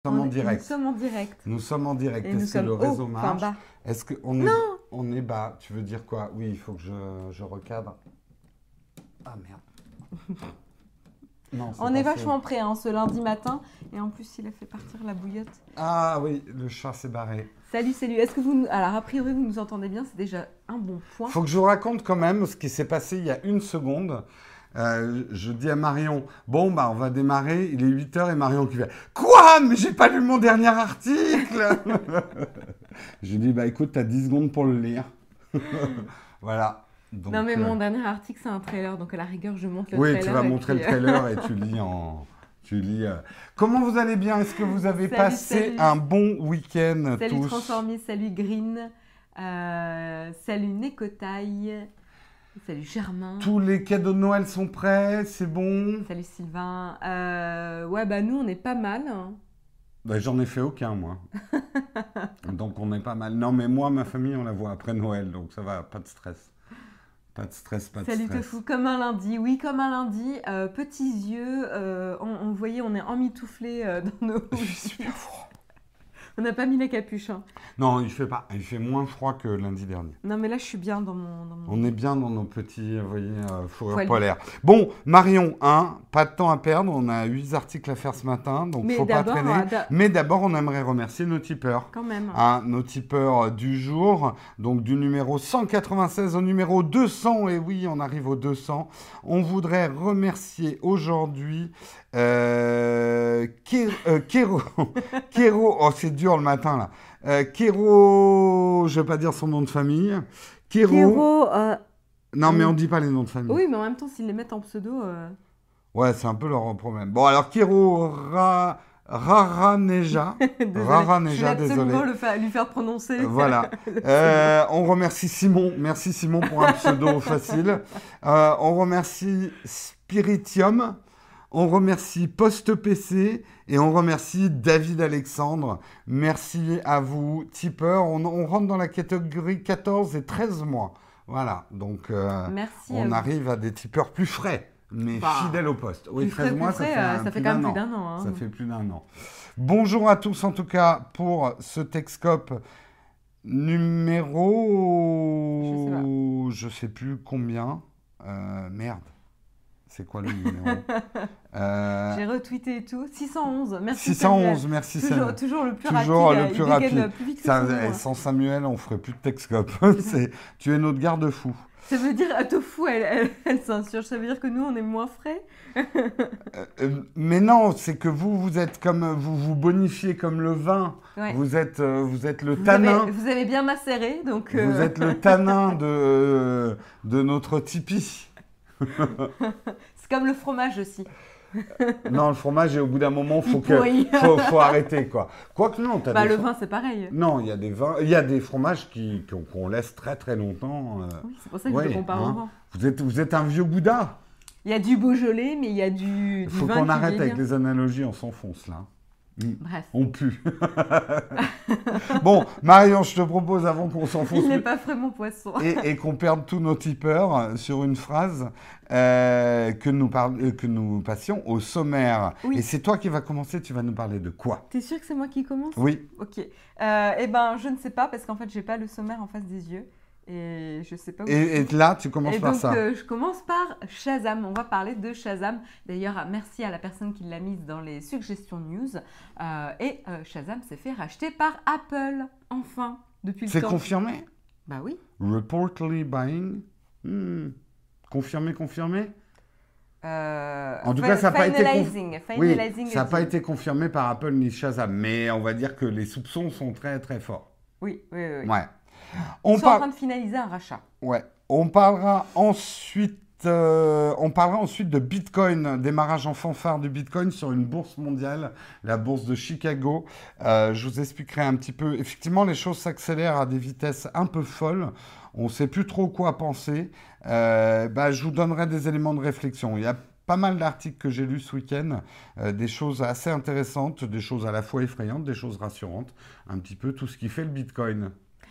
sommes en Nous direct. sommes en direct. Nous sommes en direct. Et nous Est-ce que sommes le haut, réseau enfin marche? bas. Est-ce qu'on est... Non! On est bas. Tu veux dire quoi? Oui, il faut que je recadre. Ah merde. Non, c'est On est pas vachement prêts hein, ce lundi matin. Et en plus, il a fait partir la bouillotte. Ah oui, le chat s'est barré. Salut, salut. Est-ce que vous... Alors, a priori, vous nous entendez bien. C'est déjà un bon point. Faut que je vous raconte quand même ce qui s'est passé il y a une seconde. Je dis à Marion, bon, bah, on va démarrer. Il est 8h et Marion qui fait, quoi? Mais j'ai pas lu mon dernier article. Je lui dis, bah, écoute, t'as 10 secondes pour le lire. Voilà. Donc, Non, mais mon dernier article, c'est un trailer. Donc, à la rigueur, je monte le oui, trailer. tu vas et montrer puis, le trailer et tu lis en... Tu lis, Comment vous allez bien? Est-ce que vous avez passé salut. un bon week-end Salut tous? Transformiste, salut Green, salut Nécotaille, salut Germain. Tous les cadeaux de Noël sont prêts? C'est bon? Salut Sylvain. Ouais, bah nous, on est pas mal. Hein. Bah, j'en ai fait aucun, moi. Donc, on est pas mal. Non, mais moi, ma famille, on la voit après Noël. Donc, ça va, pas de stress. Pas de stress, pas de Salut stress. Tofu, comme un lundi. Oui, comme un lundi. Petits yeux. Vous voyez, on est emmitouflés dans nos... Je suis super froid. On n'a pas mis la capuche. Hein. Non, il fait pas. Il fait moins froid que lundi dernier. Non, mais là, je suis bien dans mon... On est bien dans nos petits, vous voyez, fourrures Poil. polaires. Bon, Marion, pas de temps à perdre. On a 8 articles à faire ce matin, donc Mais faut pas d'abord, traîner. Mais d'abord, on aimerait remercier nos tipeurs. Quand même. Nos tipeurs du jour, donc du numéro 196 au numéro 200. Et oui, on arrive au 200. On voudrait remercier aujourd'hui Kéro. Kéro, oh c'est dur le matin là. Kéro, je vais pas dire son nom de famille. Kéro, non, mais on dit pas les noms de famille. oui, mais en même temps, s'ils les mettent en pseudo... Ouais, c'est un peu leur problème. Bon, alors Kéro Raraneja. Raraneja, désolé. Je vais absolument lui faire prononcer. Voilà. On remercie Simon. Merci Simon pour un pseudo facile. On remercie Spiritium. On remercie Post PC et on remercie David Alexandre. Merci à vous, tipeurs. On rentre dans la catégorie 14 et 13 mois. Voilà, donc Merci on arrive à des tipeurs plus frais, mais fidèles au poste. Oui, 13 mois, ça fait quand même plus d'un an. Hein. Ça fait plus d'un an. Bonjour à tous, en tout cas, pour ce Texcope numéro... Je sais plus combien. Merde. C'est quoi le numéro? J'ai retweeté et tout. 611. Merci 611, Samuel. merci Samuel. Toujours le plus toujours rapide. Le plus rapide. Plus vite que Ça, tout, sans Samuel, on ferait plus de Texcope. Tu es notre garde-fou. Ça veut dire, Tofu, elle s'insurge. Ça veut dire que nous, on est moins frais. Mais non, c'est que vous êtes comme... Vous bonifiez comme le vin. Ouais. Vous êtes le tanin. Vous avez bien macéré, donc... Vous êtes le tanin de notre Tipeee. C'est comme le fromage aussi. Non, le fromage, et au bout d'un moment, faut arrêter, quoi. Quoique non, le vin, c'est pareil. Non, il y a des vins, il y a des fromages qu'on laisse très très longtemps. Oui, c'est pour ça que je le compare au vin. Vous êtes un vieux Bouddha. Il y a du Beaujolais, mais il y a du faut vin qu'on arrête avec les analogies, on s'enfonce là. Bref. On pue. Bon, Marion, je te propose, avant qu'on s'enfonce... Il n'est pas frais, mon poisson. et qu'on perde tous nos tipeurs sur une phrase, que nous passions au sommaire. Oui. Et c'est toi qui vas commencer, tu vas nous parler de quoi? T'es sûr que c'est moi qui commence? Oui. Ok. Eh ben, je ne sais pas, parce qu'en fait, j'ai pas le sommaire en face des yeux. Et je sais pas où. Et là, tu commences par ça. Je commence par Shazam. On va parler de Shazam. D'ailleurs, merci à la personne qui l'a mise dans les suggestions news. Shazam s'est fait racheter par Apple, enfin, depuis le temps. C'est confirmé? Bah oui. Reportedly buying. Confirmé. En tout cas, ça n'a pas été ça n'a pas été confirmé par Apple ni Shazam, mais on va dire que les soupçons sont très très forts. Oui. Ouais. Ils sont en train de finaliser un rachat. Ouais. On parlera ensuite de Bitcoin, démarrage en fanfare du Bitcoin sur une bourse mondiale, la bourse de Chicago. Je vous expliquerai un petit peu. Effectivement, les choses s'accélèrent à des vitesses un peu folles. On ne sait plus trop quoi penser. Je vous donnerai des éléments de réflexion. Il y a pas mal d'articles que j'ai lus ce week-end, des choses assez intéressantes, des choses à la fois effrayantes, des choses rassurantes, un petit peu tout ce qui fait le Bitcoin.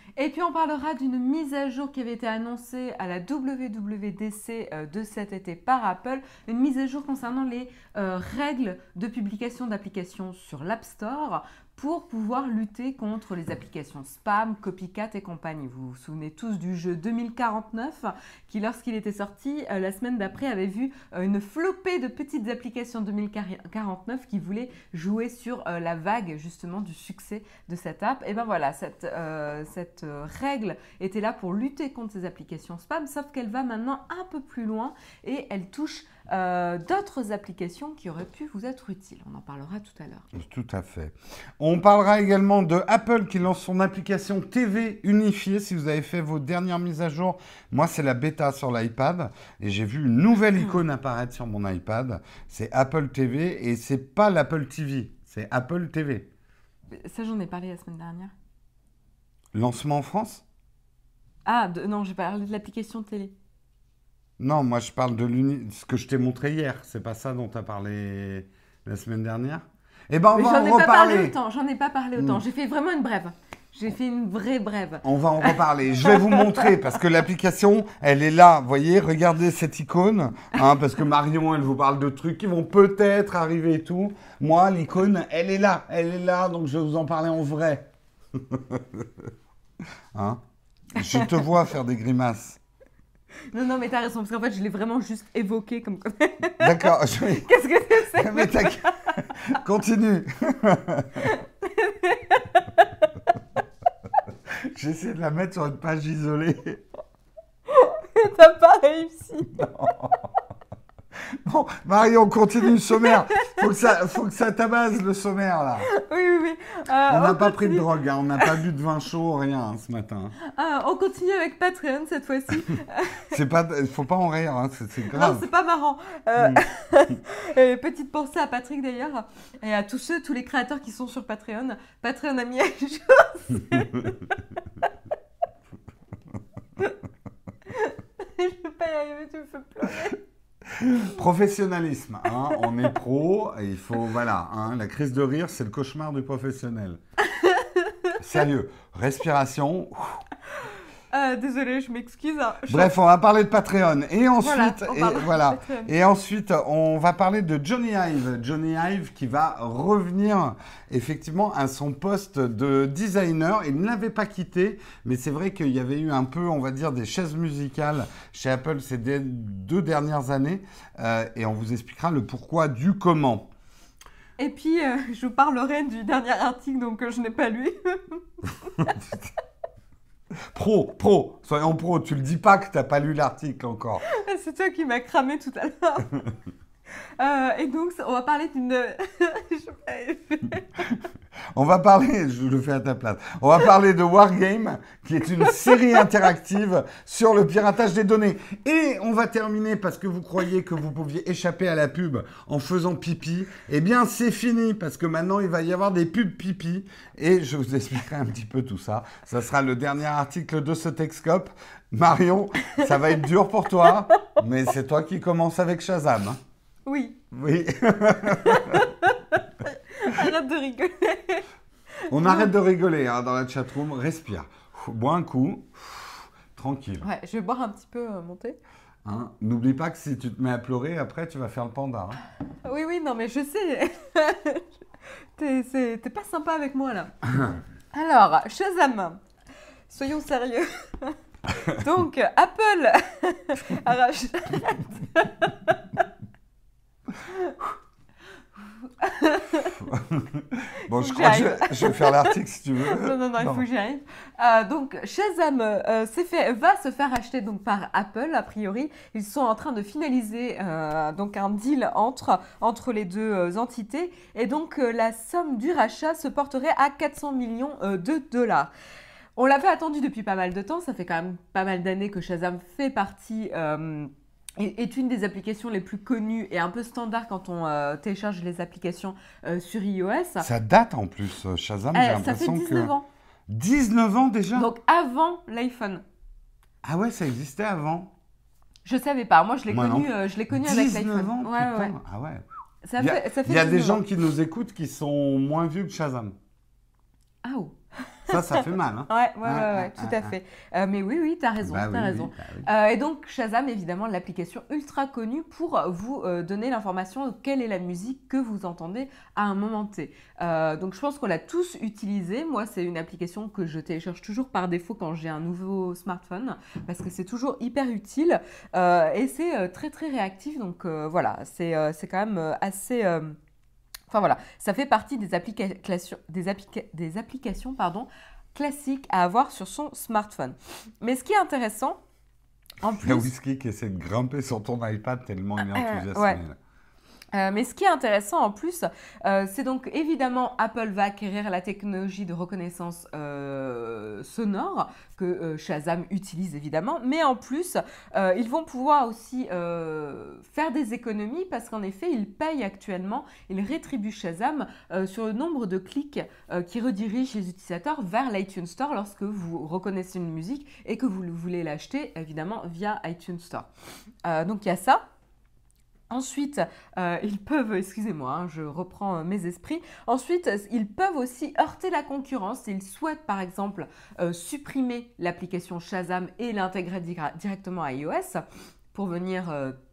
Et puis on parlera d'une mise à jour qui avait été annoncée à la WWDC de cet été par Apple, une mise à jour concernant les règles de publication d'applications sur l'App Store pour pouvoir lutter contre les applications spam, copycat et compagnie. Vous vous souvenez tous du jeu 2049 qui, lorsqu'il était sorti, la semaine d'après, avait vu une flopée de petites applications 2049 qui voulaient jouer sur la vague justement du succès de cette app. Et ben voilà, cette règle était là pour lutter contre ces applications spam, sauf qu'elle va maintenant un peu plus loin et elle touche d'autres applications qui auraient pu vous être utiles. On en parlera tout à l'heure. Tout à fait. On parlera également de Apple qui lance son application TV unifiée. Si vous avez fait vos dernières mises à jour, moi c'est la bêta sur l'iPad et j'ai vu une nouvelle icône apparaître sur mon iPad. C'est Apple TV et c'est pas l'Apple TV, c'est Apple TV. Ça, j'en ai parlé la semaine dernière. Lancement en France? Non, j'ai parlé de l'application télé. Non, moi je parle de ce que je t'ai montré hier. C'est pas ça dont tu as parlé la semaine dernière? Eh ben, on va en reparler. J'en ai pas parlé autant. J'ai fait vraiment une brève. J'ai fait une vraie brève. On va en reparler. Je vais vous montrer parce que l'application, elle est là. Vous voyez, regardez cette icône. Parce que Marion, elle vous parle de trucs qui vont peut-être arriver et tout. Moi, l'icône, elle est là. Elle est là. Donc, je vais vous en parler en vrai. Je te vois faire des grimaces. Non, mais t'as raison, parce qu'en fait, je l'ai vraiment juste évoqué comme... D'accord. Qu'est-ce que c'est? Mais continue. J'essaie de la mettre sur une page isolée. T'as pas réussi. Non. Bon, Marion, continue le sommaire. Faut que ça tabasse le sommaire, là. Oui. On n'a pas pris de drogue, on n'a pas bu de vin chaud, rien ce matin. On continue avec Patreon cette fois-ci. Faut pas en rire, c'est grave. Non, c'est pas marrant. Petite pensée à Patrick d'ailleurs, et à tous les créateurs qui sont sur Patreon. Patreon a mis à jour. Je peux pas y arriver, tu me fais pleurer. Professionnalisme, on est pro, et il faut, voilà, la crise de rire, c'est le cauchemar du professionnel. Sérieux, respiration. Désolée, je m'excuse. Bref, on va parler de Patreon. Et ensuite, Patreon. On va parler de Johnny Ive. Johnny Ive qui va revenir effectivement à son poste de designer. Il ne l'avait pas quitté, mais c'est vrai qu'il y avait eu un peu, on va dire, des chaises musicales chez Apple ces 2 dernières années. Et on vous expliquera le pourquoi du comment. Et puis, je vous parlerai du dernier article donc, que je n'ai pas lu. Pro, soyons pro, tu le dis pas que t'as pas lu l'article encore. C'est toi qui m'as cramé tout à l'heure. Et donc, on va parler d'une... On va parler, je le fais à ta place, on va parler de Wargame, qui est une série interactive sur le piratage des données. Et on va terminer, parce que vous croyez que vous pouviez échapper à la pub en faisant pipi. Eh bien, c'est fini, parce que maintenant, il va y avoir des pubs pipi. Et je vous expliquerai un petit peu tout ça. Ça sera le dernier article de ce Techscope. Marion, ça va être dur pour toi, mais c'est toi qui commences avec Shazam. Oui. Arrête de rigoler. On arrête de rigoler dans la chatroom. Respire. Bois un coup. Tranquille. Ouais, je vais boire un petit peu monter. N'oublie pas que si tu te mets à pleurer, après, tu vas faire le panda. Oui, non, mais je sais. T'es pas sympa avec moi, là. Alors, Shazam. Soyons sérieux. Donc, Apple arrache... Bon, je crois que je vais faire l'article si tu veux. Non, il faut que j'y arrive. Donc, Shazam va se faire acheter donc, par Apple, a priori. Ils sont en train de finaliser donc un deal entre les deux entités. Et donc, la somme du rachat se porterait à 400 millions de dollars. On l'avait attendu depuis pas mal de temps. Ça fait quand même pas mal d'années que Shazam fait partie... est une des applications les plus connues et un peu standard quand on télécharge les applications sur iOS. Ça date en plus, Shazam, j'ai l'impression que... Ça fait 19 ans. 19 ans déjà? Donc avant l'iPhone. Ah ouais, ça existait avant? Je savais pas, moi je l'ai connu avec l'iPhone. 19 ans, putain. Ouais. Ah ouais. Ça fait il y a des gens qui nous écoutent qui sont moins vieux que Shazam. Ah oh. Ça fait mal. Hein. Ouais, tout à fait. Mais oui, oui, tu as raison, Bah t'as oui, raison. oui, bah oui. Et donc, Shazam, évidemment, l'application ultra connue pour vous donner l'information de quelle est la musique que vous entendez à un moment T. Donc, je pense qu'on l'a tous utilisée. Moi, c'est une application que je télécharge toujours par défaut quand j'ai un nouveau smartphone parce que c'est toujours hyper utile et c'est très, très réactif. Donc, voilà, c'est quand même assez... Enfin voilà, ça fait partie des applications pardon, classiques à avoir sur son smartphone. Mais ce qui est intéressant, en Il y a plus, Whisky qui essaie de grimper sur ton iPad tellement il est enthousiasmé. ouais, Là. mais ce qui est intéressant en plus, c'est donc évidemment Apple va acquérir la technologie de reconnaissance sonore que Shazam utilise évidemment, mais en plus, ils vont pouvoir aussi faire des économies parce qu'en effet, ils payent actuellement, ils rétribuent Shazam sur le nombre de clics qui redirigent les utilisateurs vers l'iTunes Store lorsque vous reconnaissez une musique et que vous voulez l'acheter évidemment via iTunes Store. Donc il y a ça. Ensuite, ils peuvent, excusez-moi, hein, je reprends mes esprits. Ensuite, ils peuvent aussi heurter la concurrence s'ils souhaitent, par exemple, supprimer l'application Shazam et l'intégrer directement à iOS pour venir,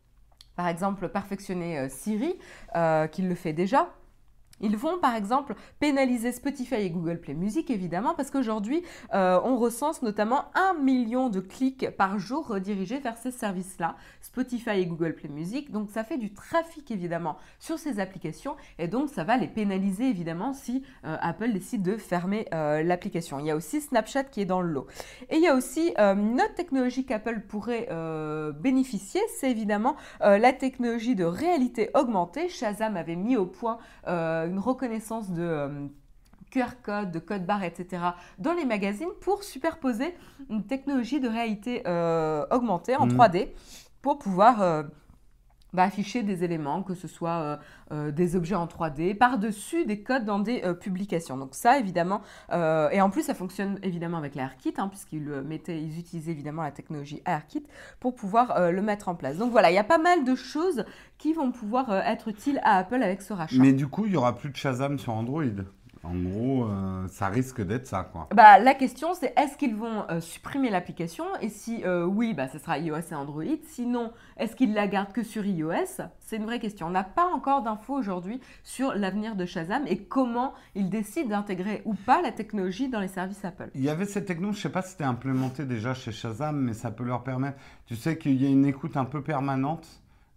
par exemple, perfectionner Siri, qui le fait déjà. Ils vont par exemple pénaliser Spotify et Google Play Music évidemment parce qu'aujourd'hui on recense notamment 1 million de clics par jour redirigés vers ces services-là, Spotify et Google Play Music. Donc ça fait du trafic évidemment sur ces applications et donc ça va les pénaliser évidemment si Apple décide de fermer l'application. Il y a aussi Snapchat qui est dans le lot. Et il y a aussi une autre technologie qu'Apple pourrait bénéficier, c'est évidemment la technologie de réalité augmentée. Shazam avait mis au point une reconnaissance de QR code, de code barre, etc. dans les magazines pour superposer une technologie de réalité augmentée en 3D pour pouvoir afficher des éléments, que ce soit des objets en 3D, par-dessus des codes dans des publications. Donc ça, évidemment, et en plus, ça fonctionne évidemment avec l'ARKit, hein, ils utilisaient évidemment la technologie ARKit pour pouvoir le mettre en place. Donc voilà, il y a pas mal de choses qui vont pouvoir être utiles à Apple avec ce rachat. Mais du coup, il n'y aura plus de Shazam sur Android. En gros, ça risque d'être ça, quoi. La question, c'est est-ce qu'ils vont supprimer l'application? Et si oui, ce sera iOS et Android. Sinon, est-ce qu'ils la gardent que sur iOS? C'est une vraie question. On n'a pas encore d'infos aujourd'hui sur l'avenir de Shazam et comment ils décident d'intégrer ou pas la technologie dans les services Apple. Il y avait cette techno, je ne sais pas si c'était implémenté déjà chez Shazam, mais ça peut leur permettre. Tu sais qu'il y a une écoute un peu permanente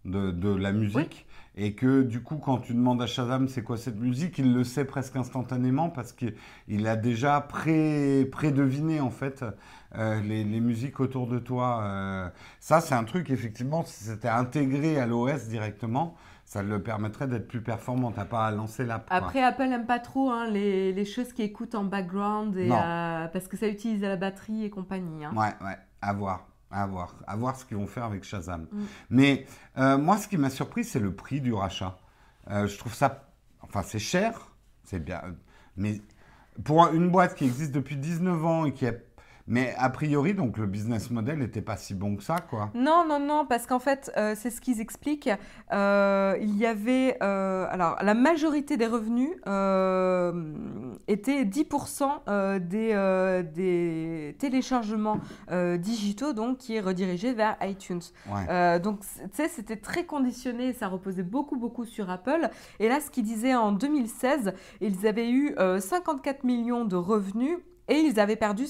de la musique. Oui. Et que du coup, quand tu demandes à Shazam c'est quoi cette musique, il le sait presque instantanément parce qu'il a déjà prédeviné en fait les musiques autour de toi. Ça, c'est un truc, effectivement, si c'était intégré à l'OS directement, ça le permettrait d'être plus performant. T'as pas à lancer l'app. Après, Apple n'aime pas trop les choses qui écoutent en background et, parce que ça utilise la batterie et compagnie. Hein. Ouais, à voir. À voir ce qu'ils vont faire avec Shazam. Mais moi, ce qui m'a surpris, c'est le prix du rachat. Je trouve ça... Enfin, c'est cher, c'est bien. Mais pour une boîte qui existe depuis 19 ans et qui est... Mais a priori, donc le business model n'était pas si bon que ça, quoi. Non, parce qu'en fait, c'est ce qu'ils expliquent. Il y avait... alors, la majorité des revenus étaient 10% des téléchargements digitaux, donc, qui est redirigé vers iTunes. Ouais. Donc, tu sais, c'était très conditionné et ça reposait beaucoup sur Apple. Et là, ce qu'ils disaient en 2016, ils avaient eu 54 millions de revenus et ils avaient perdu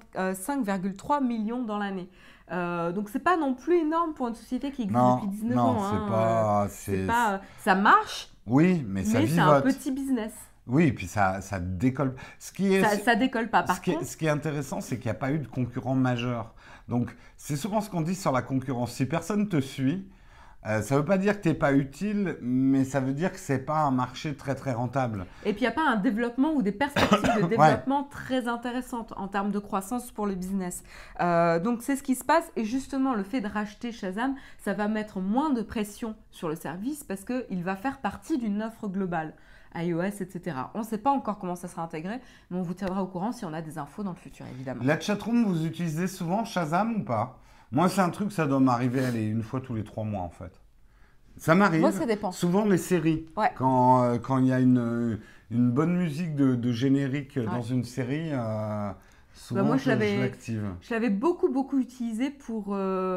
5,3 millions dans l'année. Donc, c'est pas non plus énorme pour une société qui existe depuis 19 ans. Non, c'est pas... Ça marche, oui, mais ça vivote. C'est un petit business. Oui, et puis ça décolle. Ça décolle pas. Ce qui est intéressant, c'est qu'il n'y a pas eu de concurrent majeur. Donc, c'est souvent ce qu'on dit sur la concurrence. Si personne te suit, ça ne veut pas dire que tu n'es pas utile, mais ça veut dire que ce n'est pas un marché très rentable. Et puis, il n'y a pas un développement ou des perspectives de développement très intéressantes en termes de croissance pour le business. Donc, c'est ce qui se passe. Et justement, le fait de racheter Shazam, ça va mettre moins de pression sur le service parce qu'il va faire partie d'une offre globale. iOS, etc. On ne sait pas encore comment ça sera intégré, mais on vous tiendra au courant si on a des infos dans le futur, évidemment. La chatroom, vous utilisez souvent Shazam ou pas? Moi, c'est un truc, ça doit m'arriver une fois tous les 3 mois, en fait. Ça m'arrive. Moi, ça dépend. Souvent les séries. Ouais. Quand il y a une bonne musique de générique dans Ouais. une série, souvent Moi, je l'active. je l'avais beaucoup, beaucoup utilisé pour,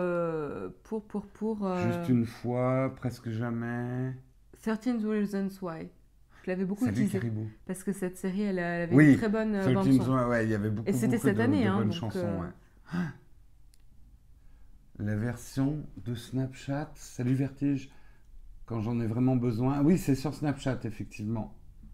Juste une fois, presque jamais. 13 Reasons Why. Je l'avais beaucoup Salut utilisé. Caribou. Parce que cette série, elle avait Oui, une très bonne bande 13 son. ouais, il y avait beaucoup, Et c'était beaucoup cette année, de hein, bonnes donc, chansons. Ouais. La version de Snapchat, salut Vertige, quand j'en ai vraiment besoin. Oui, c'est sur Snapchat, effectivement.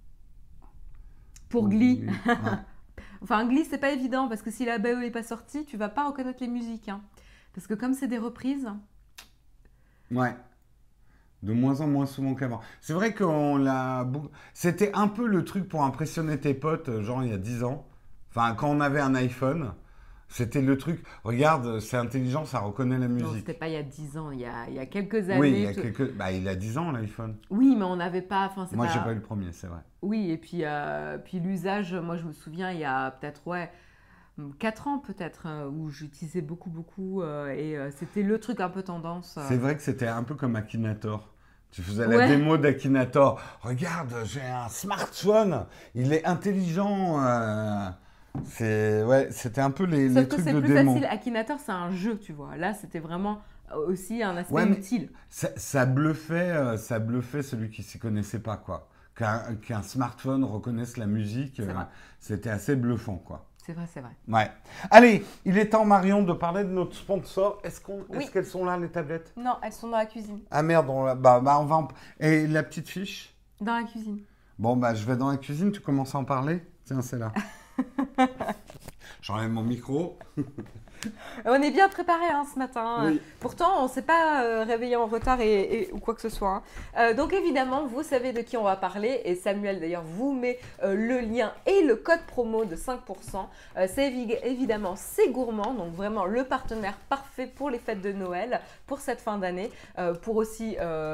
Pour Glee. Ouais. Enfin, Glee, c'est pas évident parce que si la BO n'est pas sortie, tu vas pas reconnaître les musiques. Hein. Parce que comme c'est des reprises. Ouais. De moins en moins souvent qu'avant. C'est vrai qu'on l'a. C'était un peu le truc pour impressionner tes potes, genre il y a 10 ans. Enfin, quand on avait un iPhone, c'était le truc. Regarde, c'est intelligent, ça reconnaît la Non, musique. c'était pas il y a 10 ans, il y a quelques années. Oui, il y a quelques. Bah, il a 10 ans l'iPhone. Oui, mais on n'avait pas. Enfin, c'est Moi, pas... j'ai pas eu le premier, c'est vrai. Oui, et puis l'usage, moi je me souviens, il y a peut-être 4 ans peut-être, où j'utilisais beaucoup, beaucoup, c'était le truc un peu tendance. C'est vrai que c'était un peu comme Akinator. Tu faisais la Ouais. démo d'Akinator. Regarde, j'ai un smartphone, il est intelligent. Ouais, c'était un peu les Sauf que trucs c'est de plus démo. facile. Akinator, c'est un jeu, tu vois. Là, c'était vraiment aussi un aspect Ouais, mais utile. ça bluffait celui qui s'y connaissait pas, quoi. Qu'un smartphone reconnaisse la musique, C'est vrai. c'était assez bluffant, quoi. C'est vrai, c'est vrai. Ouais. Allez, il est temps, Marion, de parler de notre sponsor. Oui. Est-ce qu'elles sont là, les tablettes? Non, elles sont dans la cuisine. Ah merde, on va Et la petite fiche? Dans la cuisine. Bon, bah, je vais dans la cuisine, tu commences à en parler? Tiens, c'est là. J'enlève mon micro. On est bien préparé ce matin. Oui. Pourtant, on ne s'est pas réveillé en retard ou quoi que ce soit. Donc évidemment, vous savez de qui on va parler. Et Samuel, d'ailleurs, vous met le lien et le code promo de 5%. C'est évidemment C'est Gourmand. Donc vraiment le partenaire parfait pour les fêtes de Noël, pour cette fin d'année. Pour aussi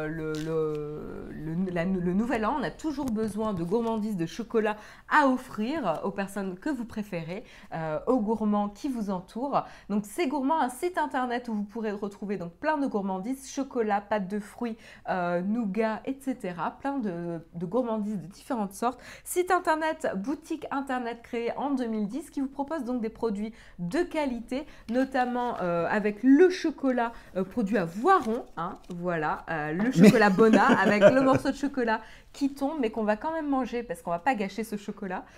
le nouvel an. On a toujours besoin de gourmandises de chocolat à offrir aux personnes que vous préférez, aux gourmands qui vous entourent. Donc C'est Gourmand, un site internet où vous pourrez retrouver donc plein de gourmandises, chocolat, pâtes de fruits, nougat, etc. Plein de gourmandises de différentes sortes. Site internet, boutique internet créée en 2010 qui vous propose donc des produits de qualité, notamment avec le chocolat produit à Voiron, hein, voilà, le chocolat Bona avec le morceau de chocolat qui tombe mais qu'on va quand même manger parce qu'on va pas gâcher ce chocolat.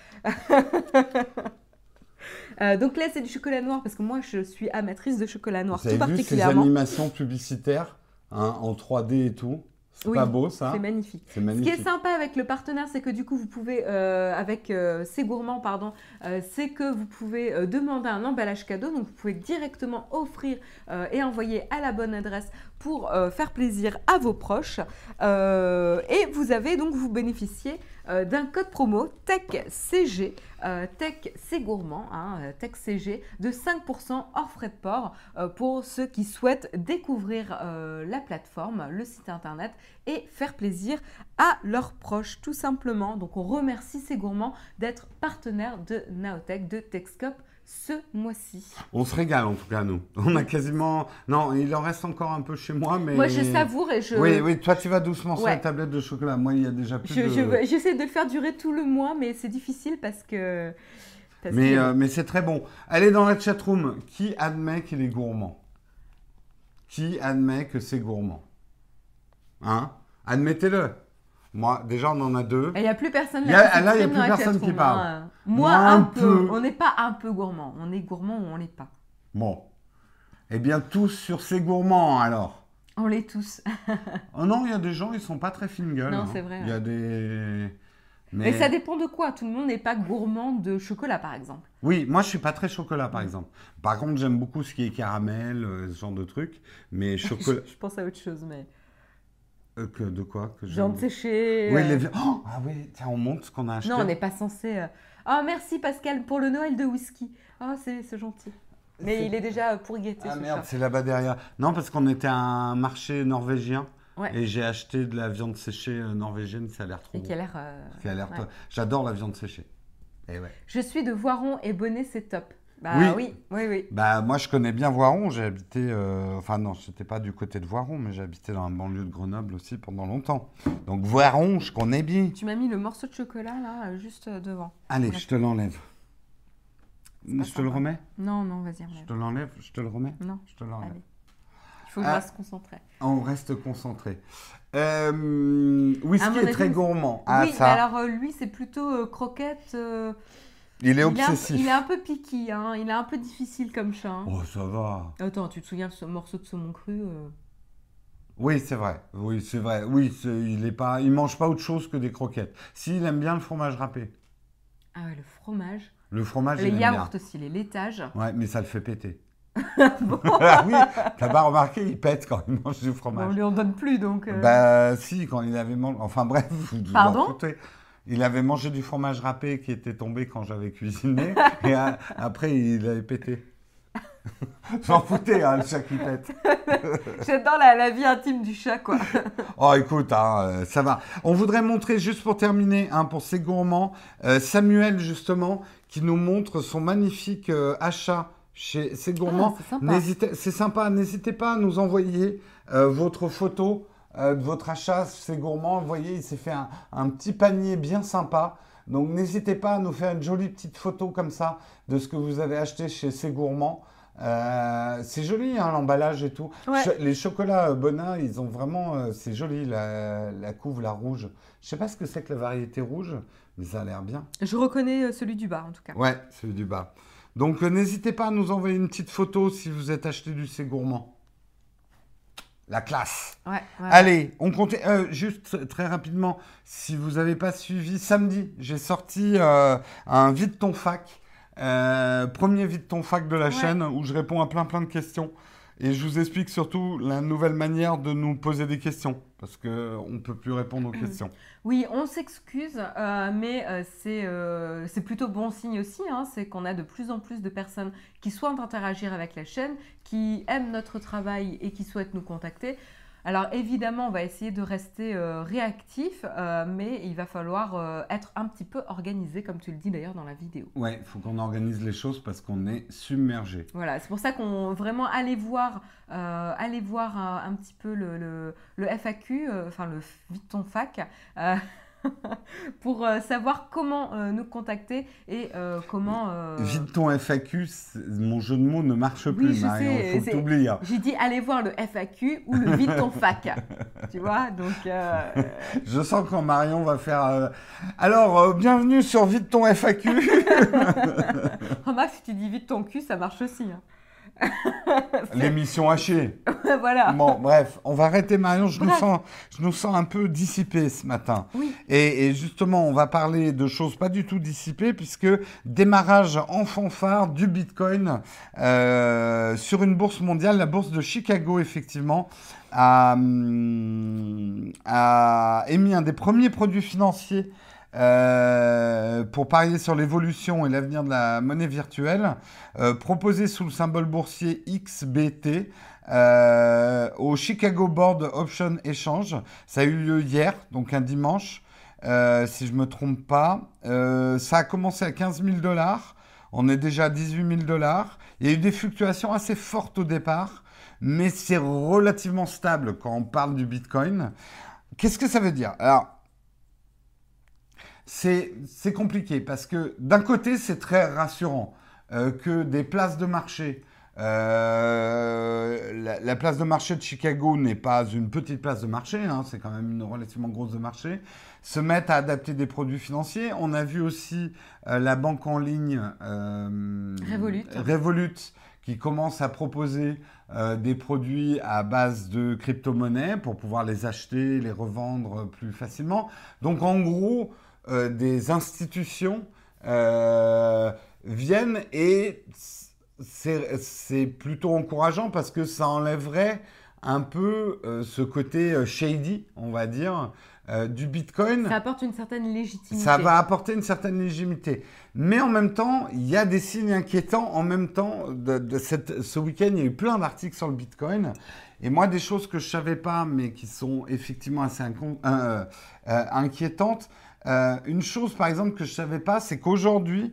Donc là, c'est du chocolat noir parce que moi, je suis amatrice de chocolat noir, Vous tout avez vu ces particulièrement. animations publicitaires, hein, en 3D et tout? C'est Oui, pas beau, ça? c'est magnifique. C'est Ce qui magnifique. est sympa avec le partenaire, c'est que du coup, vous pouvez, avec C'est Gourmand, pardon, c'est que vous pouvez demander un emballage cadeau. Donc, vous pouvez directement offrir et envoyer à la bonne adresse pour faire plaisir à vos proches. Et vous bénéficiez d'un code promo TechCG, Tech C'est Gourmand, hein, TechCG, de 5% hors frais de port pour ceux qui souhaitent découvrir la plateforme, le site internet et faire plaisir à leurs proches, tout simplement. Donc, on remercie C'est Gourmand d'être partenaire de Naotech, de Techscope ce mois-ci. On se régale, en tout cas, nous. On a quasiment... Non, il en reste encore un peu chez moi, mais... Moi, je savoure et je... Oui, toi, tu vas doucement sur Ouais. les tablettes de chocolat. Moi, il y a déjà plus de... J'essaie de le faire durer tout le mois, mais c'est difficile parce que... Mais c'est très bon. Allez dans la chatroom. Qui admet qu'il est gourmand? Qui admet que c'est gourmand? Hein? Admettez-le. Moi, déjà, on en a deux. Il n'y a plus personne Là, qui il y a s'exprime plus dans la personne qui chatroom, parle. hein. Moi, Moi, un un peu. peu. On n'est pas un peu gourmand. On est gourmand ou on l'est pas. Bon. Eh bien, tous sur ces gourmands, alors. On l'est tous. Oh non, il y a des gens, ils sont pas très fine-gueule. Non, hein. c'est vrai, Il y a des... Mais ça dépend de quoi. Tout le monde n'est pas gourmand de chocolat, par exemple. Oui, moi, je suis pas très chocolat, par exemple. Par contre, j'aime beaucoup ce qui est caramel, ce genre de trucs. Mais chocolat... Je pense à autre chose, mais... de quoi que Viande séchée... Oui, Oh, ah oui, tiens, on montre ce qu'on a acheté. Non, on n'est pas censé... Oh, merci Pascal pour le Noël de whisky. Oh, c'est gentil. Mais il est déjà pourguetté, Ah ce merde, chat. c'est là-bas derrière. Non, parce qu'on était à un marché norvégien. Ouais. Et j'ai acheté de la viande séchée norvégienne, ça a l'air trop Et bon. qui a l'air... Qui a l'air ouais. top. J'adore la viande séchée. Et ouais. Je suis de Voiron et Bonnet, c'est top. Bah oui, oui, oui. Bah, moi, je connais bien Voiron. J'ai habité. Enfin, non, j'étais pas du côté de Voiron, mais j'ai habité dans la banlieue de Grenoble aussi pendant longtemps. Donc, Voiron, je connais bien. Tu m'as mis le morceau de chocolat là, juste devant. Allez, Bref. je te l'enlève. Pas Je te le sympa. remets? Non, non, vas-y, Je enlève. te l'enlève? Je te le remets? Non, Je te l'enlève. allez. Il faut que je Ah. reste concentré. On reste concentré. À Whisky mon est avis, très gourmand. Ah, oui, ça. mais alors lui, c'est plutôt croquette. Il est Il est obsessif. il est un peu piqué, hein. Il est un peu difficile comme chat. Hein. Oh, ça va. Attends, tu te souviens de ce morceau de saumon cru Oui, c'est vrai. Oui, c'est vrai. Oui, il mange pas autre chose que des croquettes. S'il aime bien le fromage râpé. Ah ouais, le fromage. Le fromage, Les il aime yaourts bien. aussi, les laitages. Ouais, mais ça le fait péter. Bon, Ah oui, t'as pas remarqué, il pète quand il mange du on fromage. lui en donne plus donc. Bah si, quand il avait mangé... Enfin bref, vous vous en Pardon? foutez. Il avait mangé du fromage râpé qui était tombé quand j'avais cuisiné. Et après, il avait pété. J'en foutais, hein, le chat qui pète. J'adore la vie intime du chat, quoi. Oh, écoute, hein, ça va. On voudrait montrer, juste pour terminer, hein, pour ces gourmands, Samuel, justement, qui nous montre son magnifique achat chez ces gourmands. Ah, c'est sympa. C'est sympa. N'hésitez pas à nous envoyer votre photo de votre achat chez ces gourmands. Vous voyez, il s'est fait un petit panier bien sympa. Donc, n'hésitez pas à nous faire une jolie petite photo comme ça de ce que vous avez acheté chez ces gourmands. C'est joli, hein, l'emballage et tout. Ouais. Les chocolats Bona, ils ont vraiment... c'est joli, la couve, la rouge. Je sais pas ce que c'est que la variété rouge, mais ça a l'air bien. Je reconnais celui du bas, en tout cas. Ouais, celui du bas. Donc, n'hésitez pas à nous envoyer une petite photo si vous êtes acheté du C'est Gourmand. La classe. Ouais, ouais. Allez, on compte. Juste très rapidement, si vous n'avez pas suivi, samedi, j'ai sorti un Vide ton fac. Premier Vide ton fac de la Ouais. chaîne où je réponds à plein de questions. Et je vous explique surtout la nouvelle manière de nous poser des questions. Parce qu'on ne peut plus répondre aux questions. Oui, on s'excuse, mais c'est plutôt bon signe aussi. Hein, c'est qu'on a de plus en plus de personnes qui souhaitent interagir avec la chaîne, qui aiment notre travail et qui souhaitent nous contacter. Alors évidemment, on va essayer de rester réactif, mais il va falloir être un petit peu organisé, comme tu le dis d'ailleurs dans la vidéo. Ouais, il faut qu'on organise les choses parce qu'on est submergé. Voilà, c'est pour ça qu'on vraiment aller voir un petit peu le FAQ, enfin le Vite ton fac, pour savoir comment nous contacter et comment. Vide ton FAQ, mon jeu de mots ne marche Oui, plus, je Marion. sais, Il faut que t'oublies. Hein. J'ai dit allez voir le FAQ ou le Vite ton fac, tu vois, donc. Je sens quand Marion va faire. Alors, bienvenue sur Vide ton FAQ. Remarque, si tu dis Vite ton cul, ça marche aussi. Hein. L'émission hachée. Voilà. Bon, bref, on va arrêter Marion. Je Bref. nous sens un peu dissipé ce matin. Oui. Et justement, on va parler de choses pas du tout dissipées, puisque démarrage en fanfare du Bitcoin sur une bourse mondiale, la bourse de Chicago, effectivement, a émis un des premiers produits financiers pour parier sur l'évolution et l'avenir de la monnaie virtuelle, proposé sous le symbole boursier XBT au Chicago Board Option Exchange. Ça a eu lieu hier, donc un dimanche, si je ne me trompe pas. Ça a commencé à 15 000 $. On est déjà à 18 000 $. Il y a eu des fluctuations assez fortes au départ, mais c'est relativement stable quand on parle du Bitcoin. Qu'est-ce que ça veut dire? Alors, c'est compliqué parce que d'un côté, c'est très rassurant que des places de marché, la place de marché de Chicago n'est pas une petite place de marché, hein, c'est quand même une relativement grosse de marché, se mettent à adapter des produits financiers. On a vu aussi la banque en ligne Revolut qui commence à proposer des produits à base de crypto-monnaies pour pouvoir les acheter, les revendre plus facilement. Donc en gros, des institutions viennent et c'est plutôt encourageant parce que ça enlèverait un peu ce côté shady, on va dire, du Bitcoin. Ça apporte une certaine légitimité. Ça va apporter une certaine légitimité. Mais en même temps, il y a des signes inquiétants. En même temps, ce week-end, il y a eu plein d'articles sur le Bitcoin. Et moi, des choses que je ne savais pas, mais qui sont effectivement assez inquiétantes. Une chose, par exemple, que je ne savais pas, c'est qu'aujourd'hui,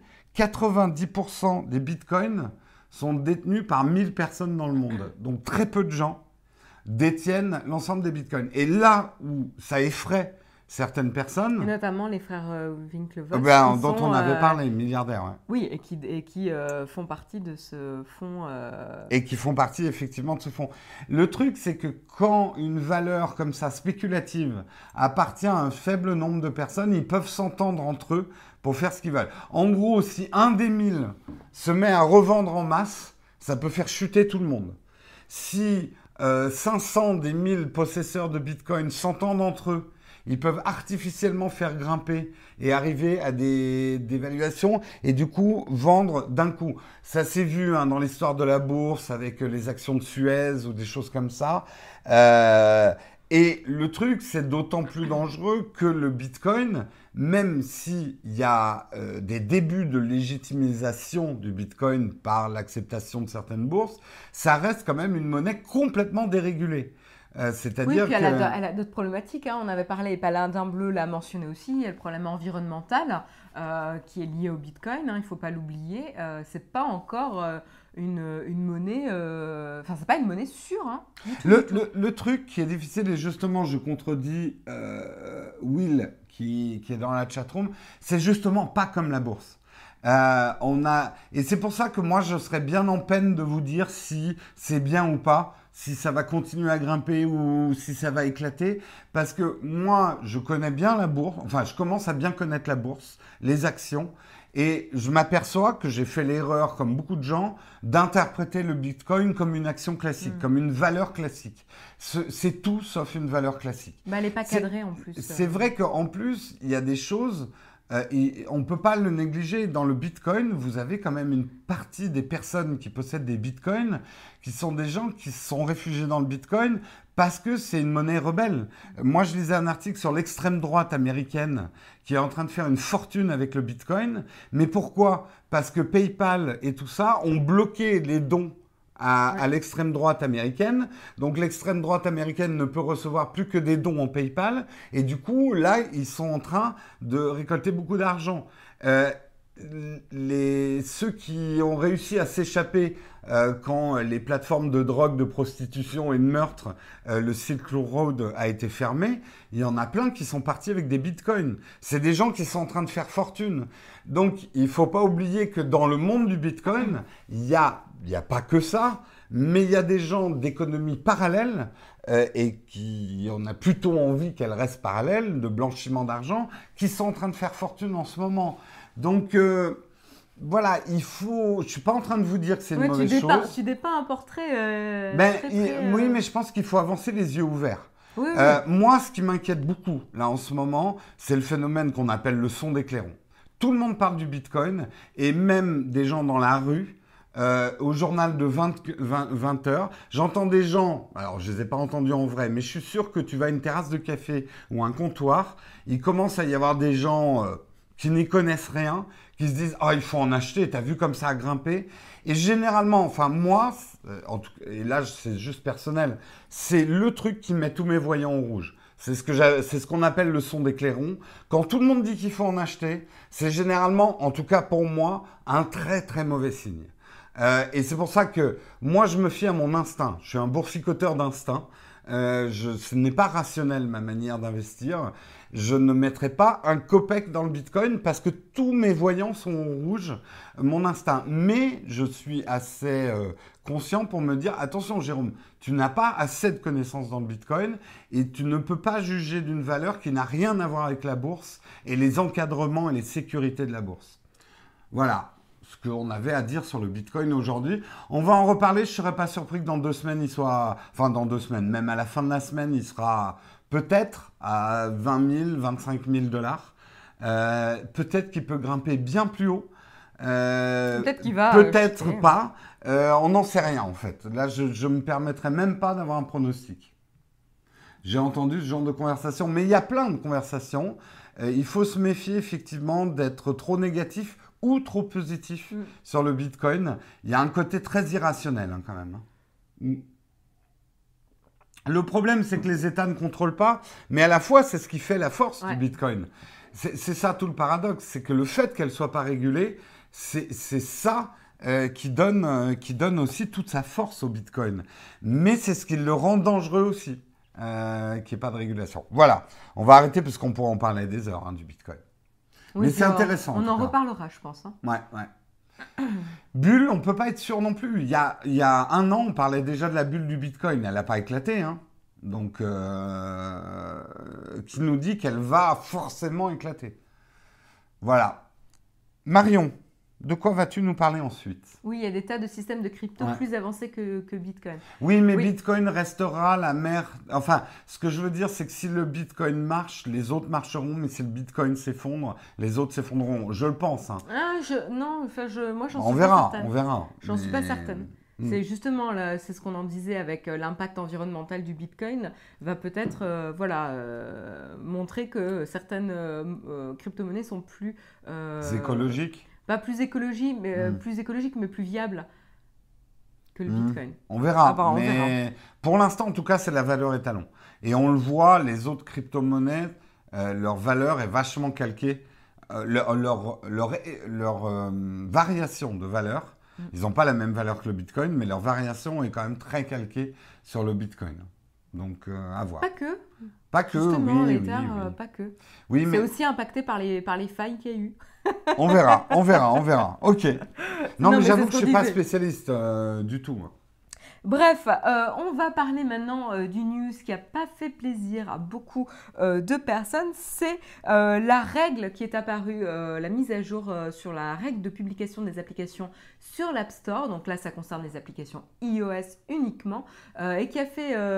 90% des bitcoins sont détenus par 1000 personnes dans le monde. Donc très peu de gens détiennent l'ensemble des bitcoins. Et là où ça effraie certaines Et personnes, notamment les frères Winklevoss, ben, qui dont sont, on avait parlé, milliardaires, ouais. oui, et qui font partie de ce fonds. Et qui font partie effectivement de ce fonds. Le truc, c'est que quand une valeur comme ça, spéculative, appartient à un faible nombre de personnes, ils peuvent s'entendre entre eux pour faire ce qu'ils veulent. En gros, si un des 1000 se met à revendre en masse, ça peut faire chuter tout le monde. Si 500 des 1000 possesseurs de Bitcoin s'entendent entre eux, ils peuvent artificiellement faire grimper et arriver à des valuations et du coup vendre d'un coup. Ça s'est vu dans l'histoire de la bourse avec les actions de Suez ou des choses comme ça. Et le truc, c'est d'autant plus dangereux que le Bitcoin, même s'il y a des débuts de légitimisation du Bitcoin par l'acceptation de certaines bourses, ça reste quand même une monnaie complètement dérégulée. Oui, C'est-à-dire puis que... elle a d'autres problématiques. On avait parlé, et Paladin Bleu l'a mentionné aussi, il y a le problème environnemental qui est lié au Bitcoin, il ne faut pas l'oublier. C'est pas encore une monnaie, enfin, c'est pas une monnaie sûre. Le truc qui est difficile, et justement, je contredis Will qui est dans la chatroom, c'est justement pas comme la bourse. Et c'est pour ça que moi, je serais bien en peine de vous dire si c'est bien ou pas, si ça va continuer à grimper ou si ça va éclater. Parce que moi, je connais bien la bourse, enfin, je commence à bien connaître la bourse, les actions, et je m'aperçois que j'ai fait l'erreur, comme beaucoup de gens, d'interpréter le Bitcoin comme une action classique, comme une valeur classique. C'est tout sauf une valeur classique. Bah, elle n'est pas cadrée en plus. C'est vrai qu'en plus, il y a des choses... et on ne peut pas le négliger. Dans le Bitcoin, vous avez quand même une partie des personnes qui possèdent des Bitcoins qui sont des gens qui se sont réfugiés dans le Bitcoin parce que c'est une monnaie rebelle. Moi, je lisais un article sur l'extrême droite américaine qui est en train de faire une fortune avec le Bitcoin. Mais pourquoi? Parce que PayPal et tout ça ont bloqué les dons à l'extrême droite américaine. Donc l'extrême droite américaine ne peut recevoir plus que des dons en PayPal. Et du coup, là, ils sont en train de récolter beaucoup d'argent. Ceux qui ont réussi à s'échapper quand les plateformes de drogue, de prostitution et de meurtre, le Silk Road a été fermé, il y en a plein qui sont partis avec des bitcoins. C'est des gens qui sont en train de faire fortune. Donc, il ne faut pas oublier que dans le monde du bitcoin, il y a pas que ça, mais il y a des gens d'économie parallèle et qui on a plutôt envie qu'elle reste parallèle, de blanchiment d'argent, qui sont en train de faire fortune en ce moment. Donc, voilà, je ne suis pas en train de vous dire que c'est une mauvaise chose. Tu dépeins un portrait Oui, mais je pense qu'il faut avancer les yeux ouverts. Oui. Moi, ce qui m'inquiète beaucoup, là, en ce moment, c'est le phénomène qu'on appelle le son des clairons. Tout le monde parle du Bitcoin, et même des gens dans la rue, au journal de 20 heures, j'entends des gens, alors je ne les ai pas entendus en vrai, mais je suis sûr que tu vas à une terrasse de café ou un comptoir, il commence à y avoir des gens qui n'y connaissent rien, qui se disent « Ah, il faut en acheter, t'as vu comme ça a grimpé ?» Et généralement, enfin moi, et là c'est juste personnel, c'est le truc qui met tous mes voyants au rouge. C'est ce qu'on appelle le son des clairons. Quand tout le monde dit qu'il faut en acheter, c'est généralement, en tout cas pour moi, un très très mauvais signe. Et c'est pour ça que moi je me fie à mon instinct. Je suis un boursicoteur d'instinct. Ce n'est pas rationnel ma manière d'investir. Je ne mettrai pas un copec dans le Bitcoin parce que tous mes voyants sont au rouge, mon instinct. Mais je suis assez conscient pour me dire, attention Jérôme, tu n'as pas assez de connaissances dans le Bitcoin et tu ne peux pas juger d'une valeur qui n'a rien à voir avec la bourse et les encadrements et les sécurités de la bourse. Voilà ce qu'on avait à dire sur le Bitcoin aujourd'hui. On va en reparler, je ne serais pas surpris que dans 2 semaines, enfin dans 2 semaines, même à la fin de la semaine, il sera peut-être à 20 000, 25 000 dollars. Peut-être qu'il peut grimper bien plus haut. Peut-être qu'il va. Peut-être pas. On n'en sait rien en fait. Là, je ne me permettrai même pas d'avoir un pronostic. J'ai entendu ce genre de conversation, mais il y a plein de conversations. Il faut se méfier effectivement d'être trop négatif ou trop positif sur le Bitcoin. Il y a un côté très irrationnel quand même. Le problème, c'est que les États ne contrôlent pas, mais à la fois, c'est ce qui fait la force du Bitcoin. c'est ça tout le paradoxe, c'est que le fait qu'elle soit pas régulée, c'est ça qui donne aussi toute sa force au Bitcoin. Mais c'est ce qui le rend dangereux aussi, qu'il n'y ait pas de régulation. Voilà, on va arrêter parce qu'on pourra en parler des heures du Bitcoin. Oui, Mais c'est intéressant. On en cas. reparlera, je pense. Hein. Ouais, ouais. Bulle, on peut pas être sûr non plus. Il y a 1 an, on parlait déjà de la bulle du Bitcoin. Elle n'a pas éclaté, hein. Donc, qui nous dit qu'elle va forcément éclater. Voilà. Marion, de quoi vas-tu nous parler ensuite? Oui, il y a des tas de systèmes de crypto plus avancés que Bitcoin. Oui, mais Bitcoin restera la mère. Enfin, ce que je veux dire, c'est que si le Bitcoin marche, les autres marcheront, mais si le Bitcoin s'effondre, les autres s'effondreront. Je le pense. Hein. Non, moi, j'en On suis verra, pas certaine. on verra. J'en suis pas certaine. C'est justement, c'est ce qu'on en disait avec l'impact environnemental du Bitcoin, va peut-être montrer que certaines crypto-monnaies sont plus... écologiques. Pas plus écologiques, mais plus viables que le Bitcoin. On verra, on verra. Pour l'instant, en tout cas, c'est la valeur étalon. Et on le voit, les autres crypto-monnaies, leur valeur est vachement calquée. Leur variation de valeur, ils n'ont pas la même valeur que le Bitcoin, mais leur variation est quand même très calquée sur le Bitcoin. Donc, à voir. Pas que. Pas que, justement, oui, l'Ether, oui. pas que. Oui, c'est mais aussi impacté par les failles qu'il y a eu. on verra. Ok. Non, mais j'avoue que je ne suis pas disait. spécialiste du tout. Bref, on va parler maintenant du news qui n'a pas fait plaisir à beaucoup de personnes. C'est la règle qui est apparue, la mise à jour sur la règle de publication des applications sur l'App Store. Donc là, ça concerne les applications iOS uniquement et qui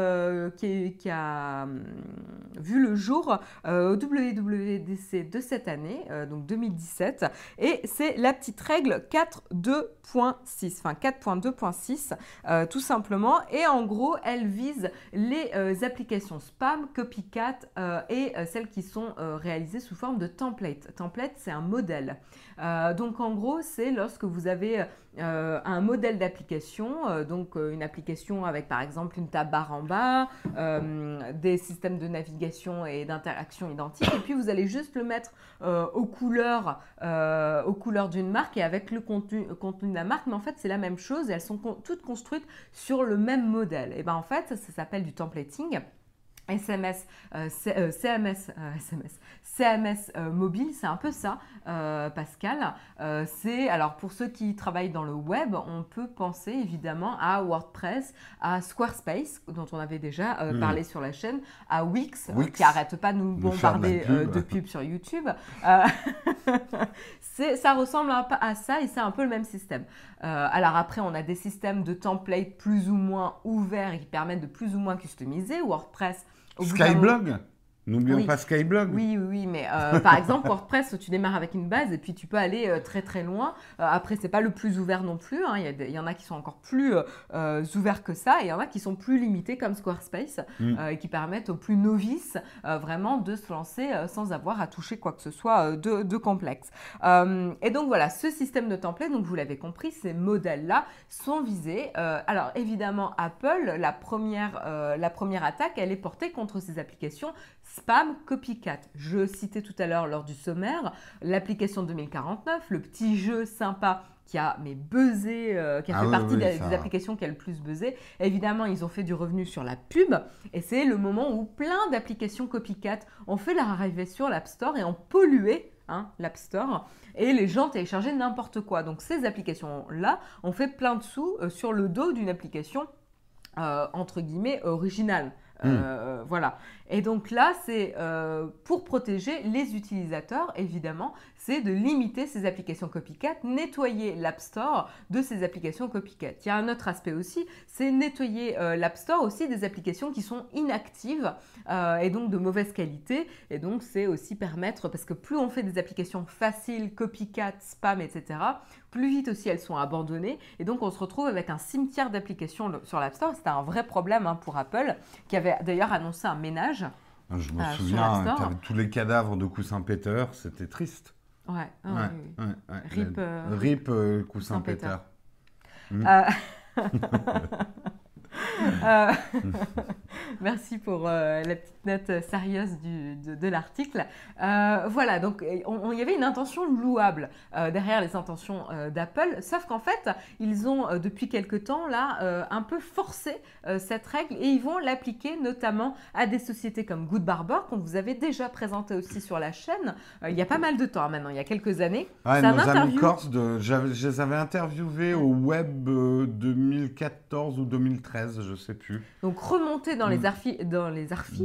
a vu le jour au WWDC de cette année, donc 2017. Et c'est la petite règle 4.2.6, enfin 4.2.6, tout simplement. Et en gros, elle vise les applications spam, copycat et celles qui sont réalisées sous forme de template. Template, c'est un modèle. Donc en gros, c'est lorsque vous avez un modèle d'application, donc une application avec par exemple une tab barre en bas, des systèmes de navigation et d'interaction identiques, et puis vous allez juste le mettre aux couleurs d'une marque et avec le contenu de la marque, mais en fait c'est la même chose et elles sont toutes construites sur le même modèle. Et ben en fait ça s'appelle du templating. CMS mobile, c'est un peu ça, Pascal. Alors pour ceux qui travaillent dans le web, on peut penser évidemment à WordPress, à Squarespace, dont on avait déjà parlé sur la chaîne, à Wix. Qui n'arrête pas de nous bombarder de pubs sur YouTube. Ça ressemble à ça et c'est un peu le même système. Alors après, on a des systèmes de templates plus ou moins ouverts et qui permettent de plus ou moins customiser. WordPress. Skyblog? N'oublions pas Skyblog. Oui, mais par exemple, WordPress, tu démarres avec une base et puis tu peux aller très très loin. Après, c'est pas le plus ouvert non plus. Hein. Il y en a qui sont encore plus ouverts que ça et il y en a qui sont plus limités comme Squarespace et qui permettent aux plus novices vraiment de se lancer sans avoir à toucher quoi que ce soit de complexe. Et donc voilà, ce système de template, donc vous l'avez compris, ces modèles-là sont visés. Alors évidemment, Apple, la première attaque, elle est portée contre ces applications spam copycat. Je citais tout à l'heure lors du sommaire l'application 2049, le petit jeu sympa qui a buzzé, qui a fait partie des applications qui a le plus buzzé. Évidemment, ils ont fait du revenu sur la pub et c'est le moment où plein d'applications copycat ont fait leur arrivée sur l'App Store et ont pollué l'App Store et les gens téléchargeaient n'importe quoi. Donc ces applications-là ont fait plein de sous sur le dos d'une application entre guillemets originale. Voilà. Et donc là, c'est pour protéger les utilisateurs, évidemment, c'est de limiter ces applications copycat, nettoyer l'App Store de ces applications copycat. Il y a un autre aspect aussi, c'est nettoyer l'App Store aussi des applications qui sont inactives et donc de mauvaise qualité. Et donc, c'est aussi permettre, parce que plus on fait des applications faciles, copycat, spam, etc., plus vite aussi elles sont abandonnées. Et donc, on se retrouve avec un cimetière d'applications sur l'App Store. C'était un vrai problème pour Apple, qui avait d'ailleurs annoncé un ménage. Je me souviens, tu avais tous les cadavres de Coussin Peter, c'était triste. Ouais. RIP Coussin Merci pour la petite note sérieuse de l'article. Voilà, donc il y avait une intention louable derrière les intentions d'Apple, sauf qu'en fait, ils ont depuis quelque temps là un peu forcé cette règle et ils vont l'appliquer notamment à des sociétés comme Good Barber, qu'on vous avait déjà présenté aussi sur la chaîne il y a pas mal de temps maintenant, il y a quelques années. Ouais, nos amis corses, je les avais interviewés au web 2014 ou 2013, je sais plus. Donc remonter dans les archives. Dans les archives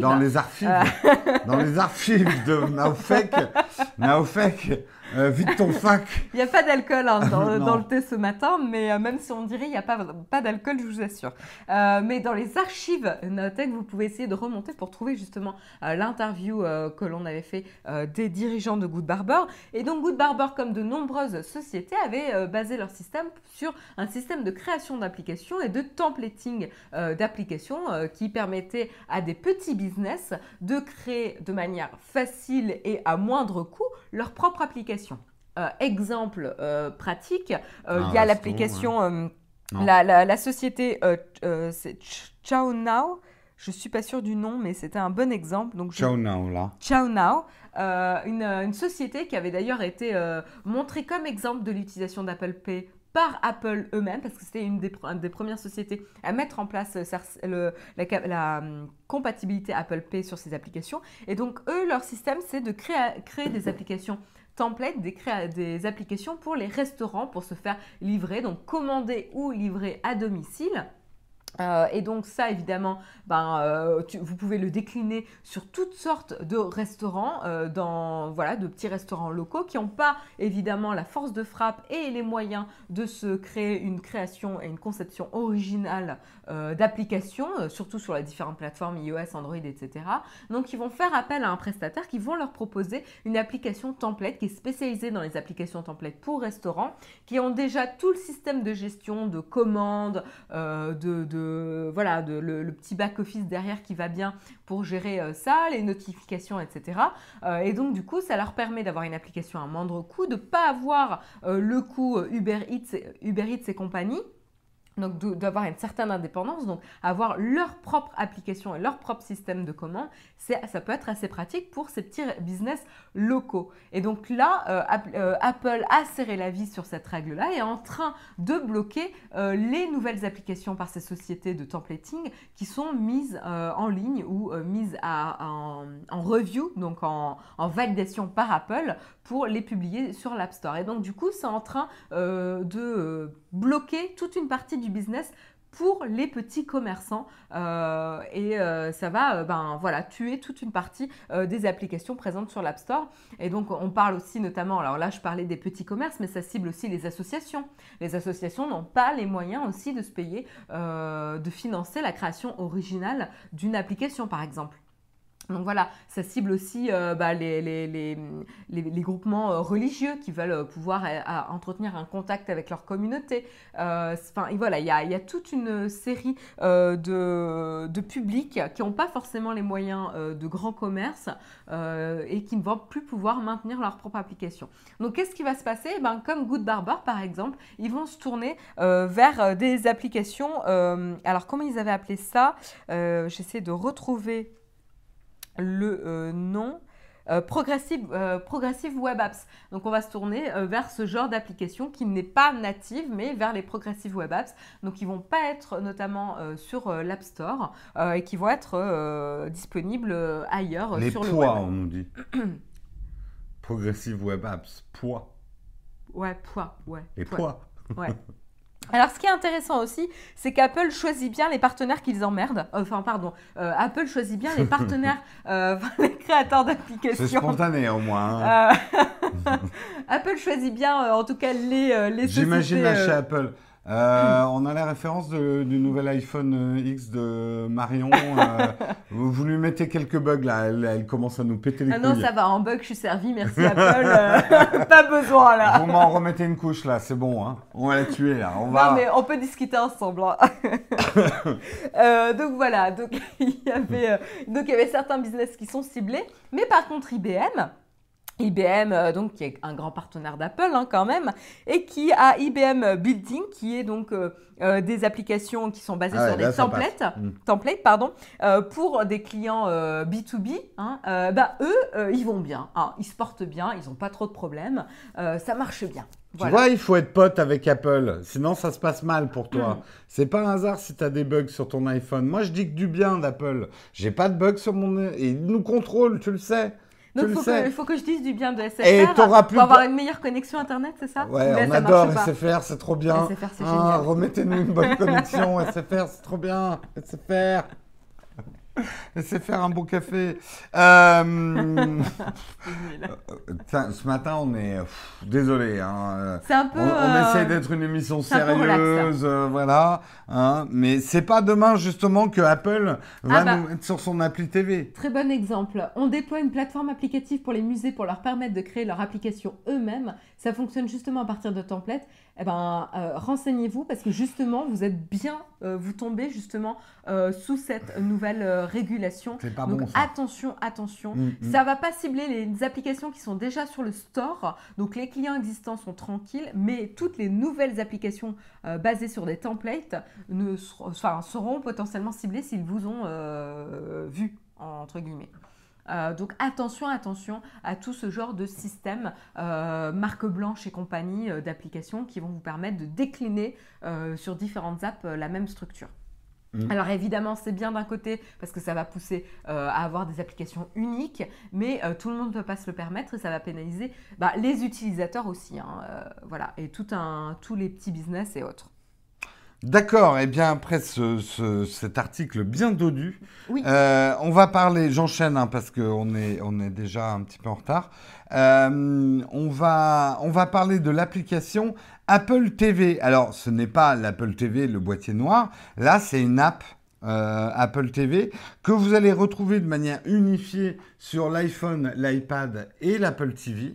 de Naofek. Naofek, vite ton fac. Il n'y a pas d'alcool dans le thé ce matin, mais même si on dirait il n'y a pas d'alcool, je vous assure. Mais dans les archives Naotech, vous pouvez essayer de remonter pour trouver justement l'interview que l'on avait fait des dirigeants de Good Barber. Et donc Good Barber, comme de nombreuses sociétés, avait basé leur système sur un système de création d'applications et de templating d'applications qui permettait à des petits business de créer de manière facile et à moindre coût leur propre application. Exemple pratique, il y a l'application, la société c'est Chow Now. Je ne suis pas sûre du nom, mais c'était un bon exemple. Chow Now, là. Chow Now, une société qui avait d'ailleurs été montrée comme exemple de l'utilisation d'Apple Pay par Apple eux-mêmes, parce que c'était une des premières sociétés à mettre en place la compatibilité Apple Pay sur ces applications. Et donc, eux, leur système, c'est de créer des applications templates, des applications pour les restaurants, pour se faire livrer, donc commander ou livrer à domicile. Et donc ça, évidemment, vous pouvez le décliner sur toutes sortes de restaurants, de petits restaurants locaux qui n'ont pas, évidemment, la force de frappe et les moyens de se créer une création et une conception originale d'applications, surtout sur les différentes plateformes iOS, Android, etc. Donc, ils vont faire appel à un prestataire qui vont leur proposer une application template qui est spécialisée dans les applications templates pour restaurants, qui ont déjà tout le système de gestion, de commandes, le petit back-office derrière qui va bien pour gérer ça, les notifications, etc. Et donc, du coup, ça leur permet d'avoir une application à moindre coût, de ne pas avoir le coût Uber Eats et compagnie. Donc d'avoir une certaine indépendance, donc avoir leur propre application et leur propre système de commande, ça peut être assez pratique pour ces petits business locaux. Et donc là, Apple a serré la vis sur cette règle-là et est en train de bloquer les nouvelles applications par ces sociétés de templating qui sont mises en ligne ou mises en review, donc en validation par Apple pour les publier sur l'App Store. Et donc du coup, c'est en train de bloquer toute une partie du business pour les petits commerçants ça va tuer toute une partie des applications présentes sur l'App Store. Et donc on parle aussi notamment, alors là je parlais des petits commerces, mais ça cible aussi les associations. Les associations n'ont pas les moyens aussi de se payer, de financer la création originale d'une application par exemple. Donc voilà, ça cible aussi les groupements religieux qui veulent pouvoir entretenir un contact avec leur communauté. Voilà, il y a toute une série de publics qui n'ont pas forcément les moyens de grands commerces et qui ne vont plus pouvoir maintenir leur propre application. Donc qu'est-ce qui va se passer ? Comme Good Barber par exemple, ils vont se tourner vers des applications. Alors comment ils avaient appelé ça ? J'essaie de retrouver le nom. Progressive Web Apps. Donc on va se tourner vers ce genre d'application qui n'est pas native mais vers les Progressive Web Apps. Donc ils vont pas être notamment sur l'App Store et qui vont être disponibles ailleurs sur le web. Les poids, on nous dit. Progressive Web Apps, poids. Ouais, poids, ouais. Les poids. Ouais. Alors, ce qui est intéressant aussi, c'est qu'Apple choisit bien les partenaires qu'ils emmerdent. Apple choisit bien les partenaires, les créateurs d'applications. C'est spontané au moins. Hein. Apple choisit bien, en tout cas, les sociétés. J'imagine là chez Apple. On a la référence du nouvel iPhone X de Marion. Vous lui mettez quelques bugs là, elle commence à nous péter les couilles. Ah non, ça va, en bug, je suis servi, merci Apple. Pas besoin là. Vous m'en remettez une couche là, c'est bon. Hein. On va la tuer là. Non, mais on peut discuter ensemble. Hein. Donc voilà, il y avait certains business qui sont ciblés, mais par contre IBM. IBM, donc, qui est un grand partenaire d'Apple hein, quand même, et qui a IBM Building, qui est donc des applications qui sont basées sur des templates pardon, pour des clients B2B. Hein, eux, ils vont bien, hein, ils se portent bien, ils n'ont pas trop de problèmes, ça marche bien. Tu vois, il faut être pote avec Apple, sinon ça se passe mal pour toi. C'est pas un hasard si tu as des bugs sur ton iPhone. Moi, je dis que du bien d'Apple. J'ai pas de bugs sur mon... Et ils nous contrôlent, tu le sais. Donc, il faut que je dise du bien de SFR et pour avoir une meilleure connexion Internet, c'est ça? Ouais, on adore SFR, c'est trop bien. SFR, c'est génial. Remettez-nous une bonne connexion, SFR, c'est trop bien. SFR. Laissez faire un bon café. Ce matin, on est... désolé. Hein, c'est un peu... On essaie d'être une émission sérieuse, voilà. Hein, mais c'est pas demain, justement, que Apple va nous mettre sur son appli TV. Très bon exemple. On déploie une plateforme applicative pour les musées pour leur permettre de créer leur application eux-mêmes. Ça fonctionne justement à partir de templates. Eh ben, renseignez-vous parce que justement, vous êtes bien... vous tombez justement sous cette nouvelle régulation. C'est pas Donc bon, ça. attention. Ça va pas cibler les applications qui sont déjà sur le store. Donc les clients existants sont tranquilles, mais toutes les nouvelles applications basées sur des templates seront potentiellement ciblées s'ils vous ont vu, entre guillemets. Donc attention à tout ce genre de système, marque blanche et compagnie d'applications qui vont vous permettre de décliner sur différentes apps la même structure. Alors évidemment, c'est bien d'un côté parce que ça va pousser à avoir des applications uniques, mais tout le monde ne peut pas se le permettre et ça va pénaliser les utilisateurs aussi. Hein, voilà, et tous les petits business et autres. D'accord, et bien après cet article bien dodu, oui. On va parler, j'enchaîne hein, parce qu'on est déjà un petit peu en retard, on va parler de l'application Apple TV. Alors ce n'est pas l'Apple TV, le boîtier noir, là c'est une app Apple TV que vous allez retrouver de manière unifiée sur l'iPhone, l'iPad et l'Apple TV,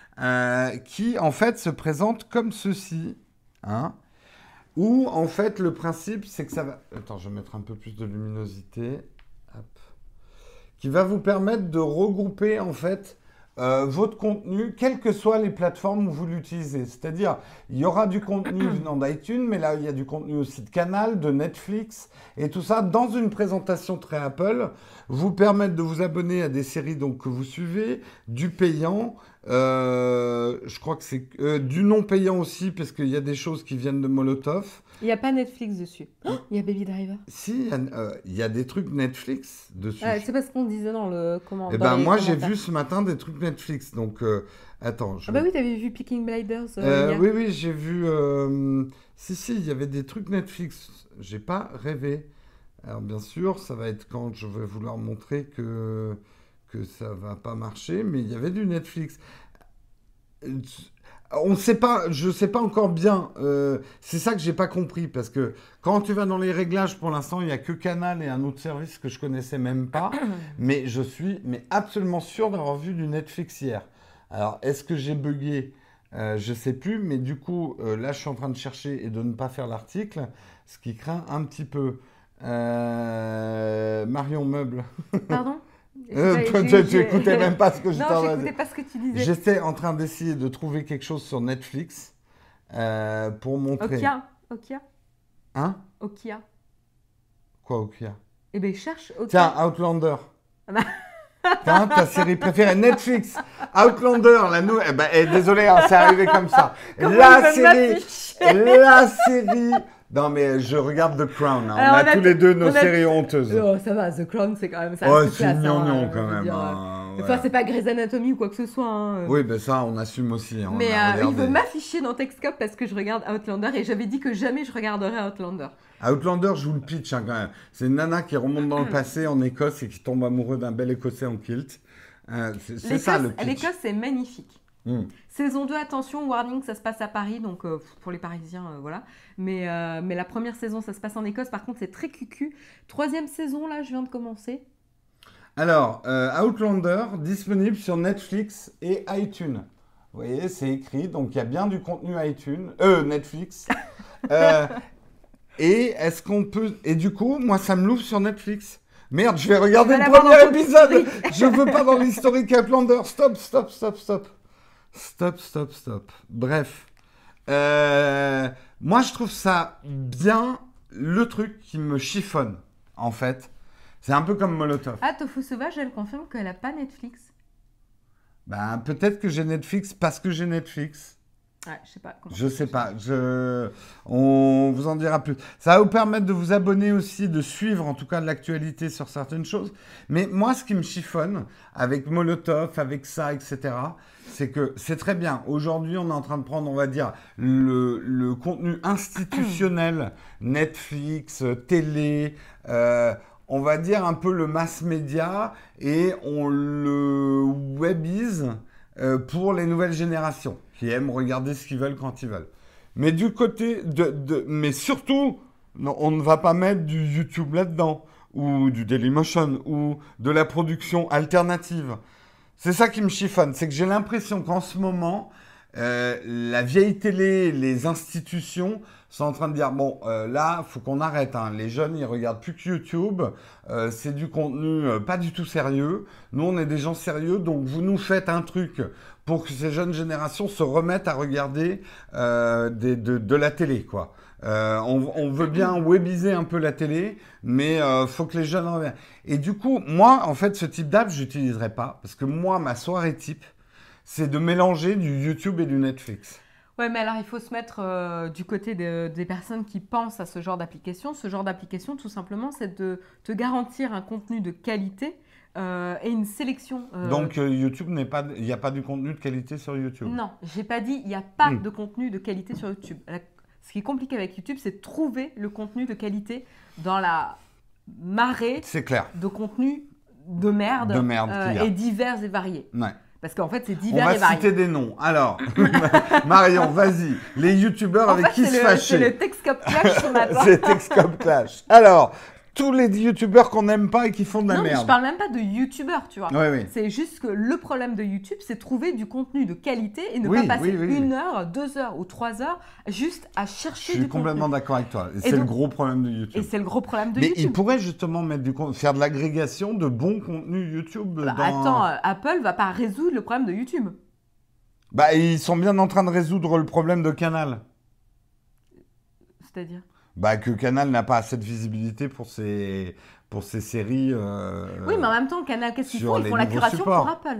qui en fait se présente comme ceci, hein. Où, en fait, le principe, c'est que ça va... Attends, je vais mettre un peu plus de luminosité. Hop. Qui va vous permettre de regrouper, en fait, votre contenu, quelles que soient les plateformes où vous l'utilisez. C'est-à-dire, il y aura du contenu venant d'iTunes, mais là, il y a du contenu aussi de Canal, de Netflix, et tout ça, dans une présentation très Apple, vous permettre de vous abonner à des séries donc, que vous suivez, du payant... je crois que c'est du non payant aussi parce qu'il y a des choses qui viennent de Molotov. Il n'y a pas Netflix dessus. Il y a Baby Driver. Si, il y a des trucs Netflix dessus. C'est parce qu'on disait dans le commentaire. Eh ben moi j'ai vu ce matin des trucs Netflix. Donc attends. Ah bah oui, t'avais vu Peaky Blinders. Oui, j'ai vu. Si, il y avait des trucs Netflix. J'ai pas rêvé. Alors bien sûr, ça va être quand je vais vouloir montrer que ça va pas marcher, mais il y avait du Netflix. On ne sait pas, je ne sais pas encore bien. C'est ça que j'ai pas compris, parce que quand tu vas dans les réglages, pour l'instant, il n'y a que Canal et un autre service que je connaissais même pas, mais je suis absolument sûr d'avoir vu du Netflix hier. Alors, est-ce que j'ai bugué? Je sais plus, mais du coup, là, je suis en train de chercher et de ne pas faire l'article, ce qui craint un petit peu. Marion Meuble. Pardon? Tu écoutais même pas ce que j'étais en train de dire. Non, j'écoutais pas ce que tu disais. J'étais en train d'essayer de trouver quelque chose sur Netflix pour montrer. Okia. Hein? Okia. Quoi, Okia? Eh bien, cherche Okia. Tiens, Outlander. Tiens, ta série préférée, Netflix. Outlander, la nouvelle. Désolé, hein, c'est arrivé comme ça. La série. Non, mais je regarde The Crown. Hein. Alors, on a tous les deux nos séries honteuses. Oh, ça va, The Crown, c'est quand même ça. Oh, c'est mignon quand même. Enfin, c'est pas Grey's Anatomy ou quoi que ce soit. Hein. Oui, ben ça, on assume aussi. Hein, mais il veut m'afficher dans Techscope parce que je regarde Outlander et j'avais dit que jamais je regarderais Outlander. Outlander, je vous le pitch hein, quand même. C'est une nana qui remonte dans le passé en Écosse et qui tombe amoureux d'un bel Écossais en kilt. C'est ça le pitch. L'Écosse, c'est magnifique. Saison 2, attention, warning, ça se passe à Paris, donc pour les Parisiens, voilà. Mais la première saison, ça se passe en Écosse, par contre, c'est très cucu. 3e saison, là, je viens de commencer. Alors, Outlander, disponible sur Netflix et iTunes. Vous voyez, c'est écrit, donc il y a bien du contenu Netflix. Et est-ce qu'on peut... Et du coup, moi, ça me l'ouvre sur Netflix. Merde, je vais regarder Tu vas le l'avoir premier dans ton épisode. historique. Je veux pas dans l'historique Outlander. Stop. Bref. Moi, je trouve ça bien. Le truc qui me chiffonne, en fait, c'est un peu comme Molotov. Ah, Tofu Sauvage, elle confirme qu'elle a pas Netflix. Ben, peut-être que j'ai Netflix parce que j'ai Netflix. Ouais, je sais pas. Je sais pas. On vous en dira plus. Ça va vous permettre de vous abonner aussi, de suivre en tout cas de l'actualité sur certaines choses. Mais moi, ce qui me chiffonne avec Molotov, avec ça, etc., c'est que c'est très bien. Aujourd'hui, on est en train de prendre, on va dire, le contenu institutionnel, Netflix, télé, on va dire un peu le mass média, et on le webise pour les nouvelles générations qui aiment regarder ce qu'ils veulent quand ils veulent. Mais du côté mais surtout, non, on ne va pas mettre du YouTube là-dedans, ou du Dailymotion, ou de la production alternative. C'est ça qui me chiffonne, c'est que j'ai l'impression qu'en ce moment, la vieille télé, les institutions sont en train de dire, bon, là, il faut qu'on arrête. Hein. Les jeunes, ils regardent plus que YouTube. C'est du contenu pas du tout sérieux. Nous, on est des gens sérieux, donc vous nous faites un truc pour que ces jeunes générations se remettent à regarder de la télé, quoi. On veut bien webiser un peu la télé, mais faut que les jeunes reviennent. Et du coup, moi, en fait, ce type d'app, je n'utiliserai pas. Parce que moi, ma soirée type, c'est de mélanger du YouTube et du Netflix. Ouais, mais alors il faut se mettre du côté des personnes qui pensent à ce genre d'application. Ce genre d'application, tout simplement, c'est de te garantir un contenu de qualité et une sélection. Donc YouTube n'est pas, il n'y a pas du contenu de qualité sur YouTube. Non, j'ai pas dit il n'y a pas de contenu de qualité sur YouTube. Ce qui est compliqué avec YouTube, c'est de trouver le contenu de qualité dans la marée C'est clair. de contenu de merde, qu'il y a. et divers et variés. Ouais. Parce qu'en fait, c'est On divers et va varié. citer des noms. Alors, Marion, vas-y. Les youtubeurs En avec fait, qui se c'est fâcher. le Texcop Clash ce matin. C'est Texcop Clash. Alors, tous les youtubeurs qu'on n'aime pas et qui font de la Non, mais merde. je parle même pas de youtubeurs, tu vois. Oui, oui. C'est juste que le problème de YouTube, c'est trouver du contenu de qualité et ne Oui, pas passer oui. 1 heure, 2 heures ou 3 heures juste à Je chercher suis du complètement contenu. d'accord avec toi. Et C'est le donc- gros problème de Et YouTube. c'est le gros problème de Mais YouTube. ils pourraient justement mettre faire de l'agrégation de bons contenus YouTube. Bah, dans... attends, Apple va pas résoudre le problème de YouTube. Bah, ils sont bien en train de résoudre le problème de Canal. C'est-à-dire Bah, que Canal n'a pas assez de visibilité pour ses séries. Oui, mais en même temps, Canal, qu'est-ce qu'ils sur font? Ils les font la nouveaux curation supports. pour Apple.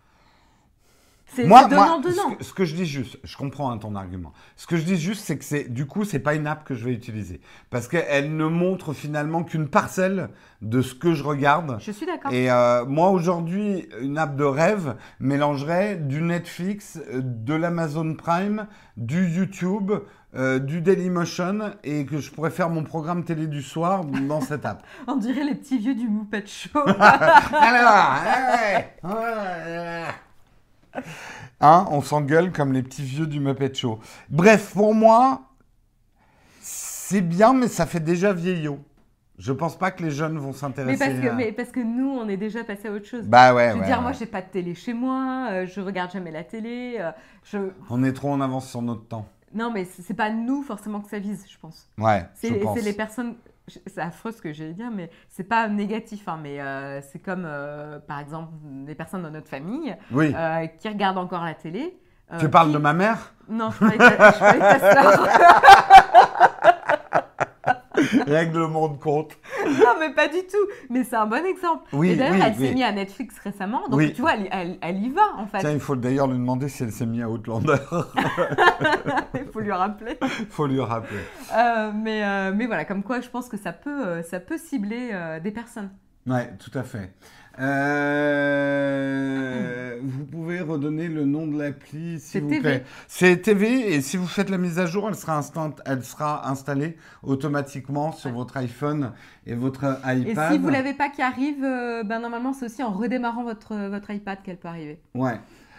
C'est Moi, donnant-donnant. ce que je dis juste, je comprends hein, ton argument. Ce que je dis juste, c'est que du coup, c'est pas une app que je vais utiliser. Parce qu'elle ne montre finalement qu'une parcelle de ce que je regarde. Je suis d'accord. Et moi, aujourd'hui, une app de rêve mélangerait du Netflix, de l'Amazon Prime, du YouTube, du Dailymotion, et que je pourrais faire mon programme télé du soir dans cette app. On dirait les petits vieux du Muppet Show. Alors, hein, on s'engueule comme les petits vieux du Muppet Show. Bref, pour moi, c'est bien, mais ça fait déjà vieillot. Je pense pas que les jeunes vont s'intéresser mais parce que nous, on est déjà passé à autre chose. Bah ouais, Je veux ouais, dire, ouais. moi, j'ai pas de télé chez moi, je regarde jamais la télé. On est trop en avance sur notre temps. Non, mais c'est pas nous forcément que ça vise, je pense. Ouais, je C'est pense. les personnes. C'est affreux ce que j'allais dire, mais c'est pas négatif. Hein, mais c'est comme, par exemple, des personnes dans notre famille Oui. qui regardent encore la télé. Tu parles de ma mère? Non, je parlais de ta sœur. Règlement de compte. Non, mais pas du tout. Mais c'est un bon exemple. Oui, et d'ailleurs, oui, elle s'est oui. mise à Netflix récemment. Donc, Oui. tu vois, elle y va, en fait. Tiens, il faut d'ailleurs lui demander si elle s'est mise à Outlander. Il faut lui rappeler. Il faut lui rappeler. Mais voilà, comme quoi, je pense que ça peut cibler des personnes. Ouais, tout à fait. Vous pouvez redonner le nom de l'appli, C'est s'il vous TV. plaît. C'est TV, et si vous faites la mise à jour, elle sera installée automatiquement sur votre iPhone et votre Et iPad. si vous ne l'avez pas qui arrive, normalement, c'est aussi en redémarrant votre iPad qu'elle peut arriver. Ouais.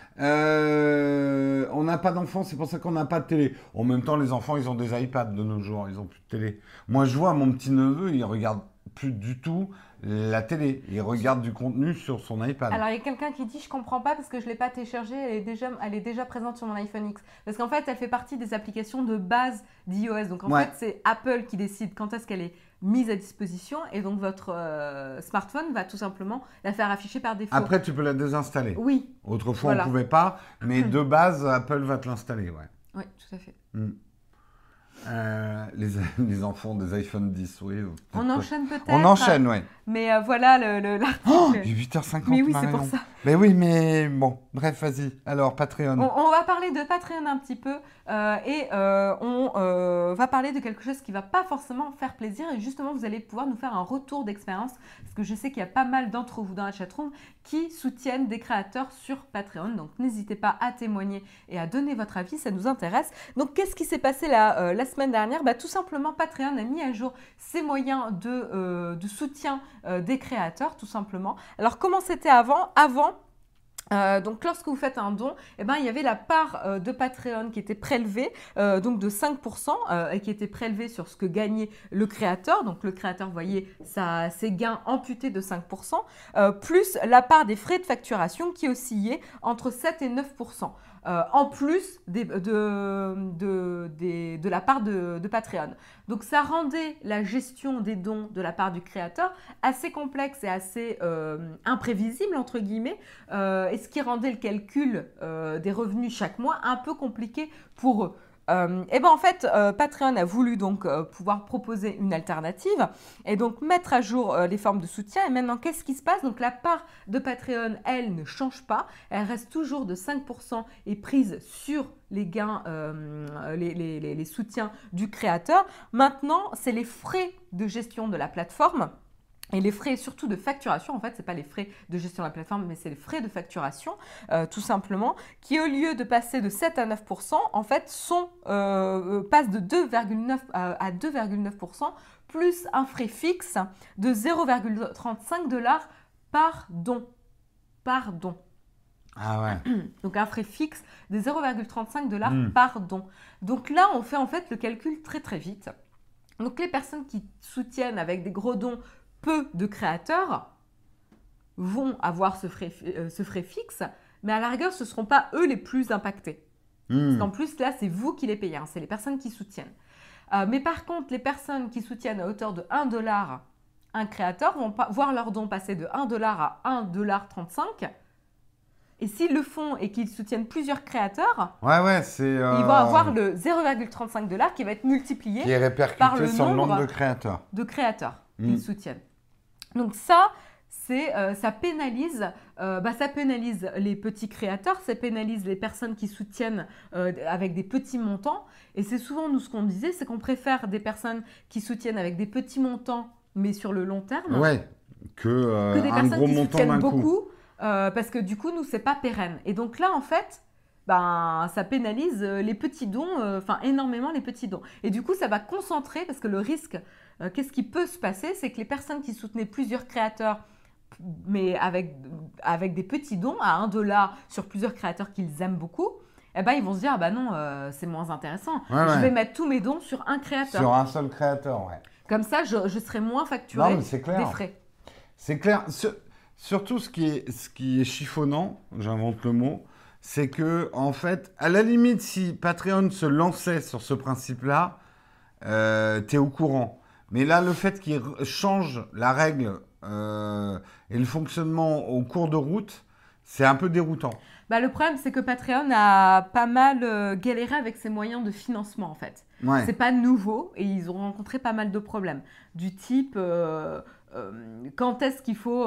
On n'a pas d'enfants, c'est pour ça qu'on n'a pas de télé. En même temps, les enfants, ils ont des iPads de nos jours, ils ont plus de télé. Moi, je vois mon petit neveu, il regarde plus du tout la télé. Il regarde du contenu sur son iPad. Alors, il y a quelqu'un qui dit « Je comprends pas parce que je ne l'ai pas téléchargée, elle est déjà présente sur mon iPhone X. » Parce qu'en fait, elle fait partie des applications de base d'iOS. Donc, en fait, c'est Apple qui décide quand est-ce qu'elle est mise à disposition. Et donc, votre smartphone va tout simplement la faire afficher par défaut. Après, tu peux la désinstaller. Oui. Autrefois, on ne pouvait pas. Mais de base, Apple va te l'installer. Ouais. Oui, tout à fait. Les enfants des iPhone 10, oui. On enchaîne peut-être. On enchaîne, oui. Mais voilà l'article. Oh, il est 8h50, mais oui, Marion. c'est pour ça. Mais oui, mais bon, bref, vas-y. Alors, Patreon. On va parler de Patreon un petit peu et on va parler de quelque chose qui ne va pas forcément faire plaisir. Et justement, vous allez pouvoir nous faire un retour d'expérience parce que je sais qu'il y a pas mal d'entre vous dans la chatroom qui soutiennent des créateurs sur Patreon. Donc, n'hésitez pas à témoigner et à donner votre avis, ça nous intéresse. Donc, qu'est-ce qui s'est passé la semaine dernière? Tout simplement, Patreon a mis à jour ses moyens de soutien des créateurs, tout simplement. Alors, comment c'était avant? Donc, lorsque vous faites un don, il y avait la part de Patreon qui était prélevée, donc de 5%, et qui était prélevée sur ce que gagnait le créateur. Donc, le créateur, vous voyez, ses gains amputés de 5%, plus la part des frais de facturation qui oscillait entre 7 et 9%. En plus de la part de Patreon. Donc, ça rendait la gestion des dons de la part du créateur assez complexe et assez imprévisible, entre guillemets, et ce qui rendait le calcul des revenus chaque mois un peu compliqué pour eux. En fait, Patreon a voulu donc pouvoir proposer une alternative et donc mettre à jour les formes de soutien. Et maintenant, qu'est-ce qui se passe? Donc, la part de Patreon, elle, ne change pas. Elle reste toujours de 5% et prise sur les gains, les soutiens du créateur. Maintenant, c'est les frais de gestion de la plateforme. Et les frais surtout de facturation, en fait, ce n'est pas les frais de gestion de la plateforme, mais c'est les frais de facturation, tout simplement, qui au lieu de passer de 7 à 9%, en fait, passent de 2,9 à 2,9%, plus un frais fixe de 0,35 $ par don. Par don. Ah ouais. Donc, un frais fixe de 0,35 $ par don. Donc là, on fait en fait le calcul très très vite. Donc, les personnes qui soutiennent avec des gros dons peu de créateurs vont avoir ce frais fixe, mais à la rigueur, ce ne seront pas eux les plus impactés. Parce qu'en plus, là, c'est vous qui les payez, c'est les personnes qui soutiennent. Mais par contre, les personnes qui soutiennent à hauteur de 1 $ un créateur vont voir leur don passer de 1 $ à 1,35 $. Et s'ils le font et qu'ils soutiennent plusieurs créateurs, ils vont avoir le 0,35 $ qui va être multiplié qui est répercuté par le sur nombre de créateurs qu'ils soutiennent. Donc ça pénalise les petits créateurs, ça pénalise les personnes qui soutiennent avec des petits montants. Et c'est souvent, nous, ce qu'on disait, c'est qu'on préfère des personnes qui soutiennent avec des petits montants, mais sur le long terme, que des un personnes gros qui montant soutiennent d'un beaucoup, coup. parce que du coup, nous, c'est pas pérenne. Et donc là, en fait, ça pénalise les petits dons, énormément les petits dons. Et du coup, ça va concentrer, parce que le risque, qu'est-ce qui peut se passer, c'est que les personnes qui soutenaient plusieurs créateurs, mais avec des petits dons à 1 $ sur plusieurs créateurs qu'ils aiment beaucoup, ils vont se dire, non, c'est moins intéressant. Je vais mettre tous mes dons sur un créateur. Sur un seul créateur, ouais. Comme ça, je serai moins facturé des frais. C'est clair. Surtout, ce qui est chiffonnant, j'invente le mot, c'est que, en fait, à la limite, si Patreon se lançait sur ce principe-là, t'es au courant. Mais là, le fait qu'il change la règle et le fonctionnement au cours de route, c'est un peu déroutant. Le problème, c'est que Patreon a pas mal galéré avec ses moyens de financement, en fait. Ouais. C'est pas nouveau et ils ont rencontré pas mal de problèmes. Du type, quand est-ce qu'il faut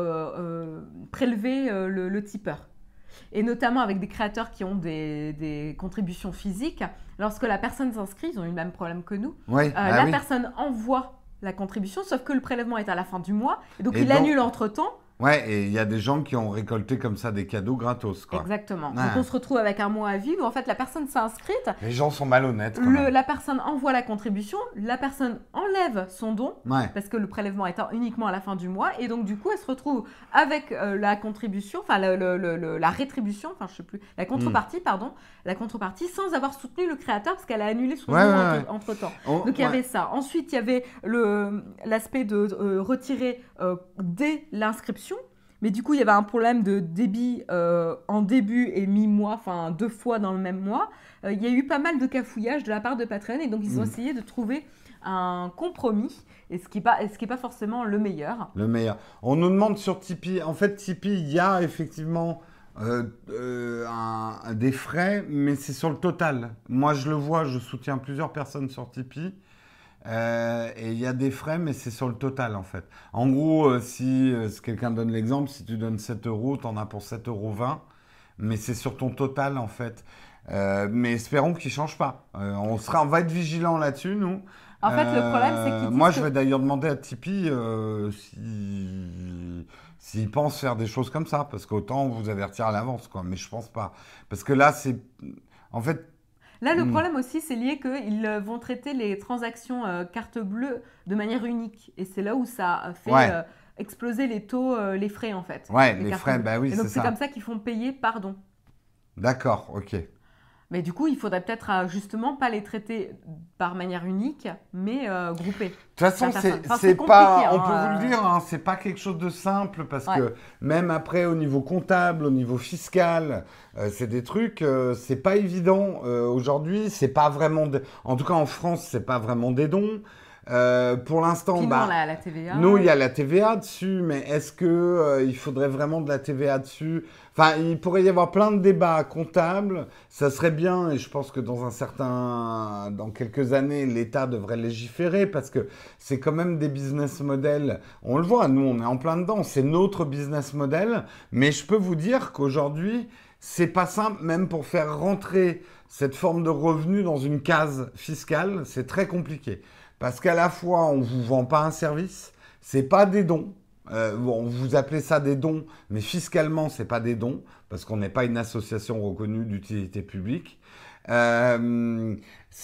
prélever le tipeur? Et notamment avec des créateurs qui ont des contributions physiques. Lorsque la personne s'inscrit, ils ont eu le même problème que nous. Personne envoie la contribution, sauf que le prélèvement est à la fin du mois. Et donc, il annule entre-temps. Ouais, et il y a des gens qui ont récolté comme ça des cadeaux gratos, quoi. Exactement. Ouais. Donc on se retrouve avec un mois à vivre où en fait la personne s'est inscrite, Les gens sont malhonnêtes, quand même. la personne envoie la contribution, la personne enlève son don, Ouais. parce que le prélèvement est uniquement à la fin du mois, et donc du coup elle se retrouve avec la contribution, enfin la rétribution, enfin je sais plus, la contrepartie, pardon, la contrepartie sans avoir soutenu le créateur parce qu'elle a annulé son Ouais, don ouais, ouais. entre-temps. Oh, Donc il y ouais. avait ça. Ensuite il y avait l'aspect de retirer dès l'inscription. Mais du coup, il y avait un problème de débit en début et mi-mois, enfin 2 fois dans le même mois. Il y a eu pas mal de cafouillage de la part de Patreon et donc ils ont essayé de trouver un compromis, et ce qui est pas forcément le meilleur. Le meilleur. On nous demande sur Tipeee. En fait, Tipeee, il y a effectivement des frais, mais c'est sur le total. Moi, je le vois, je soutiens plusieurs personnes sur Tipeee. Et il y a des frais, mais c'est sur le total en fait. En gros, si quelqu'un donne l'exemple, si tu donnes 7 euros, tu en as pour 7,20 €, mais c'est sur ton total en fait. Mais espérons qu'il ne change pas. On va être vigilant là-dessus, nous. En fait, le problème, c'est qu'ils disent Moi, je vais d'ailleurs demander à Tipeee s'ils pensent faire des choses comme ça, parce qu'autant vous avertir à l'avance, quoi. Mais je pense pas. Parce que là, c'est. En fait. Là, le problème aussi, c'est lié qu'ils vont traiter les transactions carte bleue de manière unique. Et c'est là où ça fait exploser les taux, les frais en fait. Ouais, les frais, bah oui, c'est ça. Et donc c'est comme ça qu'ils font payer par don. D'accord, ok. Mais du coup, il faudrait peut-être justement pas les traiter par manière unique, mais groupés. De toute façon, c'est pas, on peut vous le dire, hein, c'est pas quelque chose de simple parce que même après au niveau comptable, au niveau fiscal, c'est des trucs, c'est pas évident. Aujourd'hui, c'est pas vraiment, en tout cas en France, c'est pas vraiment des dons. Pour l'instant, la TVA. Nous, il y a la TVA dessus, mais est-ce que il faudrait vraiment de la TVA dessus? Enfin, il pourrait y avoir plein de débats comptables. Ça serait bien, et je pense que dans quelques années, l'État devrait légiférer parce que c'est quand même des business models. On le voit, nous, on est en plein dedans. C'est notre business model, mais je peux vous dire qu'aujourd'hui, c'est pas simple, même pour faire rentrer cette forme de revenu dans une case fiscale, c'est très compliqué. Parce qu'à la fois, on ne vous vend pas un service, c'est pas des dons. Bon, vous appelez ça des dons, mais fiscalement, c'est pas des dons, parce qu'on n'est pas une association reconnue d'utilité publique. On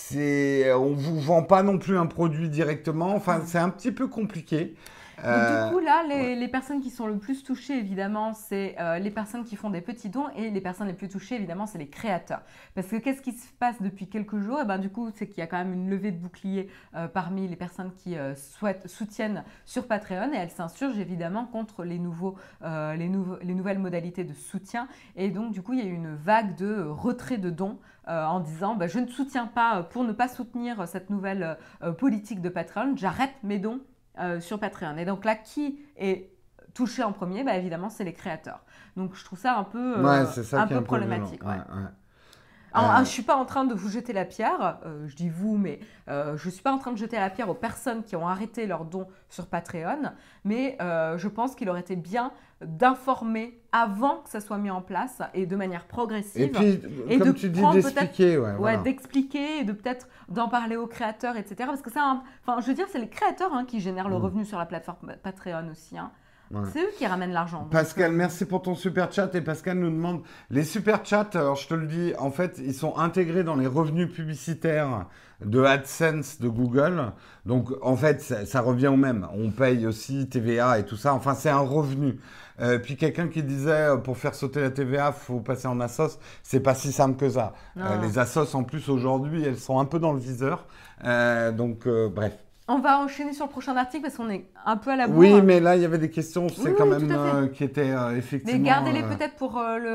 vous vend pas non plus un produit directement. Enfin, c'est un petit peu compliqué. Donc, du coup, là, les personnes qui sont le plus touchées, évidemment, c'est les personnes qui font des petits dons, et les personnes les plus touchées, évidemment, c'est les créateurs. Parce que qu'est-ce qui se passe depuis quelques jours? Du coup, c'est qu'il y a quand même une levée de bouclier parmi les personnes qui soutiennent sur Patreon, et elles s'insurgent évidemment contre les nouvelles modalités de soutien. Et donc, du coup, il y a eu une vague de retrait de dons en disant je ne soutiens pas, pour ne pas soutenir cette nouvelle politique de Patreon, j'arrête mes dons sur Patreon. Et donc là, qui est touché en premier? Évidemment, c'est les créateurs. Donc je trouve ça un peu, problématique. Alors, je ne suis pas en train de vous jeter la pierre, je dis vous, mais je ne suis pas en train de jeter la pierre aux personnes qui ont arrêté leurs dons sur Patreon, mais je pense qu'il aurait été bien d'informer avant que ça soit mis en place et de manière progressive. Et puis, comme tu dis, d'expliquer. D'expliquer et de peut-être d'en parler aux créateurs, etc. Parce que je veux dire, c'est les créateurs qui génèrent le revenu sur la plateforme Patreon aussi. Ouais. C'est eux qui ramènent l'argent. Pascal, merci pour ton super chat. Et Pascal nous demande, les super chats, alors je te le dis, en fait, ils sont intégrés dans les revenus publicitaires de AdSense de Google. Donc, en fait, ça revient au même. On paye aussi TVA et tout ça. Enfin, c'est un revenu. Puis quelqu'un qui disait, pour faire sauter la TVA, il faut passer en Assos. C'est pas si simple que ça. Les Assos, en plus, aujourd'hui, elles sont un peu dans le viseur. Bref. On va enchaîner sur le prochain article parce qu'on est un peu à la bourre. Oui, mais là, il y avait des questions, qui étaient effectivement... Mais gardez-les peut-être pour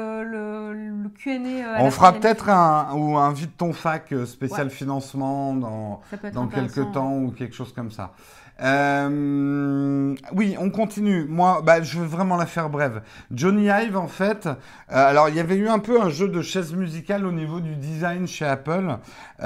le Q&A. On fera peut-être un vide ton fac spécial financement dans quelques temps ou quelque chose comme ça. Oui, on continue. Moi, je vais vraiment la faire brève. Jony Ive, en fait, alors il y avait eu un peu un jeu de chaise musicale au niveau du design chez Apple.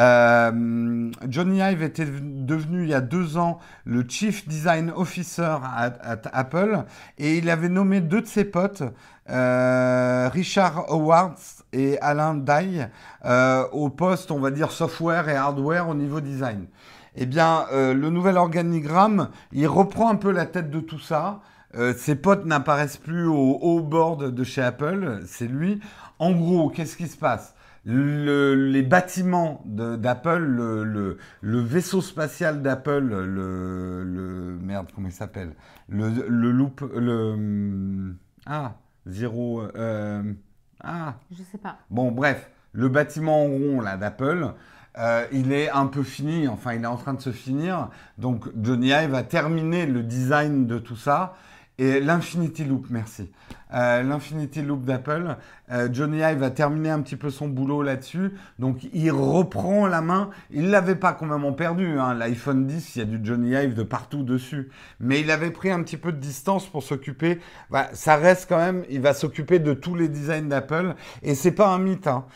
Jony Ive était devenu il y a 2 ans le Chief Design Officer à Apple, et il avait nommé 2 de ses potes, Richard Howard et Alain Dye, au poste, on va dire, software et hardware au niveau design. Eh bien, le nouvel organigramme, il reprend un peu la tête de tout ça. ses potes n'apparaissent plus au board de chez Apple, c'est lui. En gros, qu'est-ce qui se passe? Les bâtiments d'Apple, le vaisseau spatial d'Apple, merde, comment il s'appelle? Le loop, zéro, Je sais pas. bon, bref, le bâtiment en rond là d'Apple, il est un peu fini, enfin, il est en train de se finir. Donc, Johnny Ive a terminé le design de tout ça. Et l'Infinity Loop, merci. L'Infinity Loop d'Apple. Johnny Ive a terminé un petit peu son boulot là-dessus. Donc, il reprend la main. Il ne l'avait pas complètement perdu, hein. L'iPhone 10, il y a du Johnny Ive de partout dessus. Mais il avait pris un petit peu de distance pour s'occuper. Bah, ça reste quand même, il va s'occuper de tous les designs d'Apple. Et c'est pas un mythe, hein.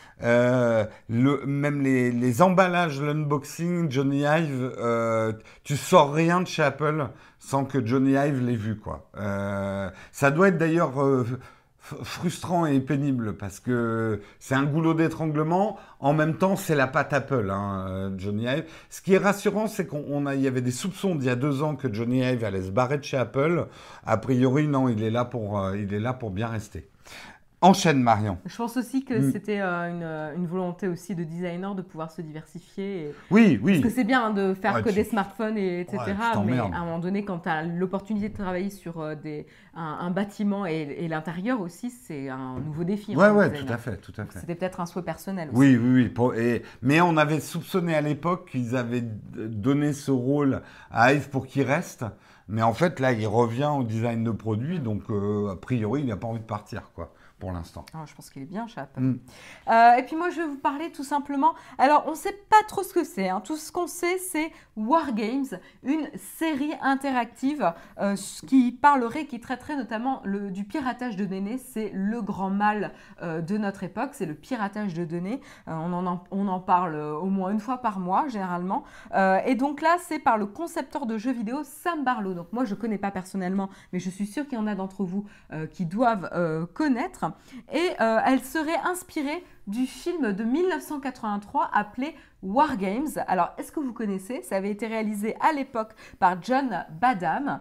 Même les emballages, l'unboxing, Johnny Ive, tu sors rien de chez Apple sans que Johnny Ive l'ait vu, quoi. Ça doit être d'ailleurs frustrant et pénible parce que c'est un goulot d'étranglement. En même temps, c'est la patte Apple, hein, Johnny Ive. Ce qui est rassurant, c'est il y avait des soupçons d'il y a 2 ans que Johnny Ive allait se barrer de chez Apple. A priori, non, il est là pour bien rester. Enchaîne, Marion. Je pense aussi que c'était une volonté aussi de designer de pouvoir se diversifier. Oui. Parce que c'est bien de faire que des smartphones, etc. Ouais, mais à un moment donné, quand tu as l'opportunité de travailler sur un bâtiment et l'intérieur aussi, c'est un nouveau défi. Ouais, tout à fait. C'était peut-être un souhait personnel aussi. Oui. Mais on avait soupçonné à l'époque qu'ils avaient donné ce rôle à Ive pour qu'il reste. Mais en fait, là, il revient au design de produit. Donc, a priori, il n'a pas envie de partir, quoi. Pour l'instant. Je pense qu'il est bien chez Apple. Et puis moi, je vais vous parler tout simplement. Alors, on ne sait pas trop ce que c'est. Tout ce qu'on sait, c'est Wargames, une série interactive qui traiterait notamment du piratage de données. C'est le grand mal de notre époque. C'est le piratage de données. On en parle au moins une fois par mois, généralement. Et donc là, c'est par le concepteur de jeux vidéo Sam Barlow. Donc moi, je ne connais pas personnellement, mais je suis sûre qu'il y en a d'entre vous qui doivent connaître. Et elle serait inspirée du film de 1983 appelé War Games. Alors, est-ce que vous connaissez? Ça avait été réalisé à l'époque par John Badham.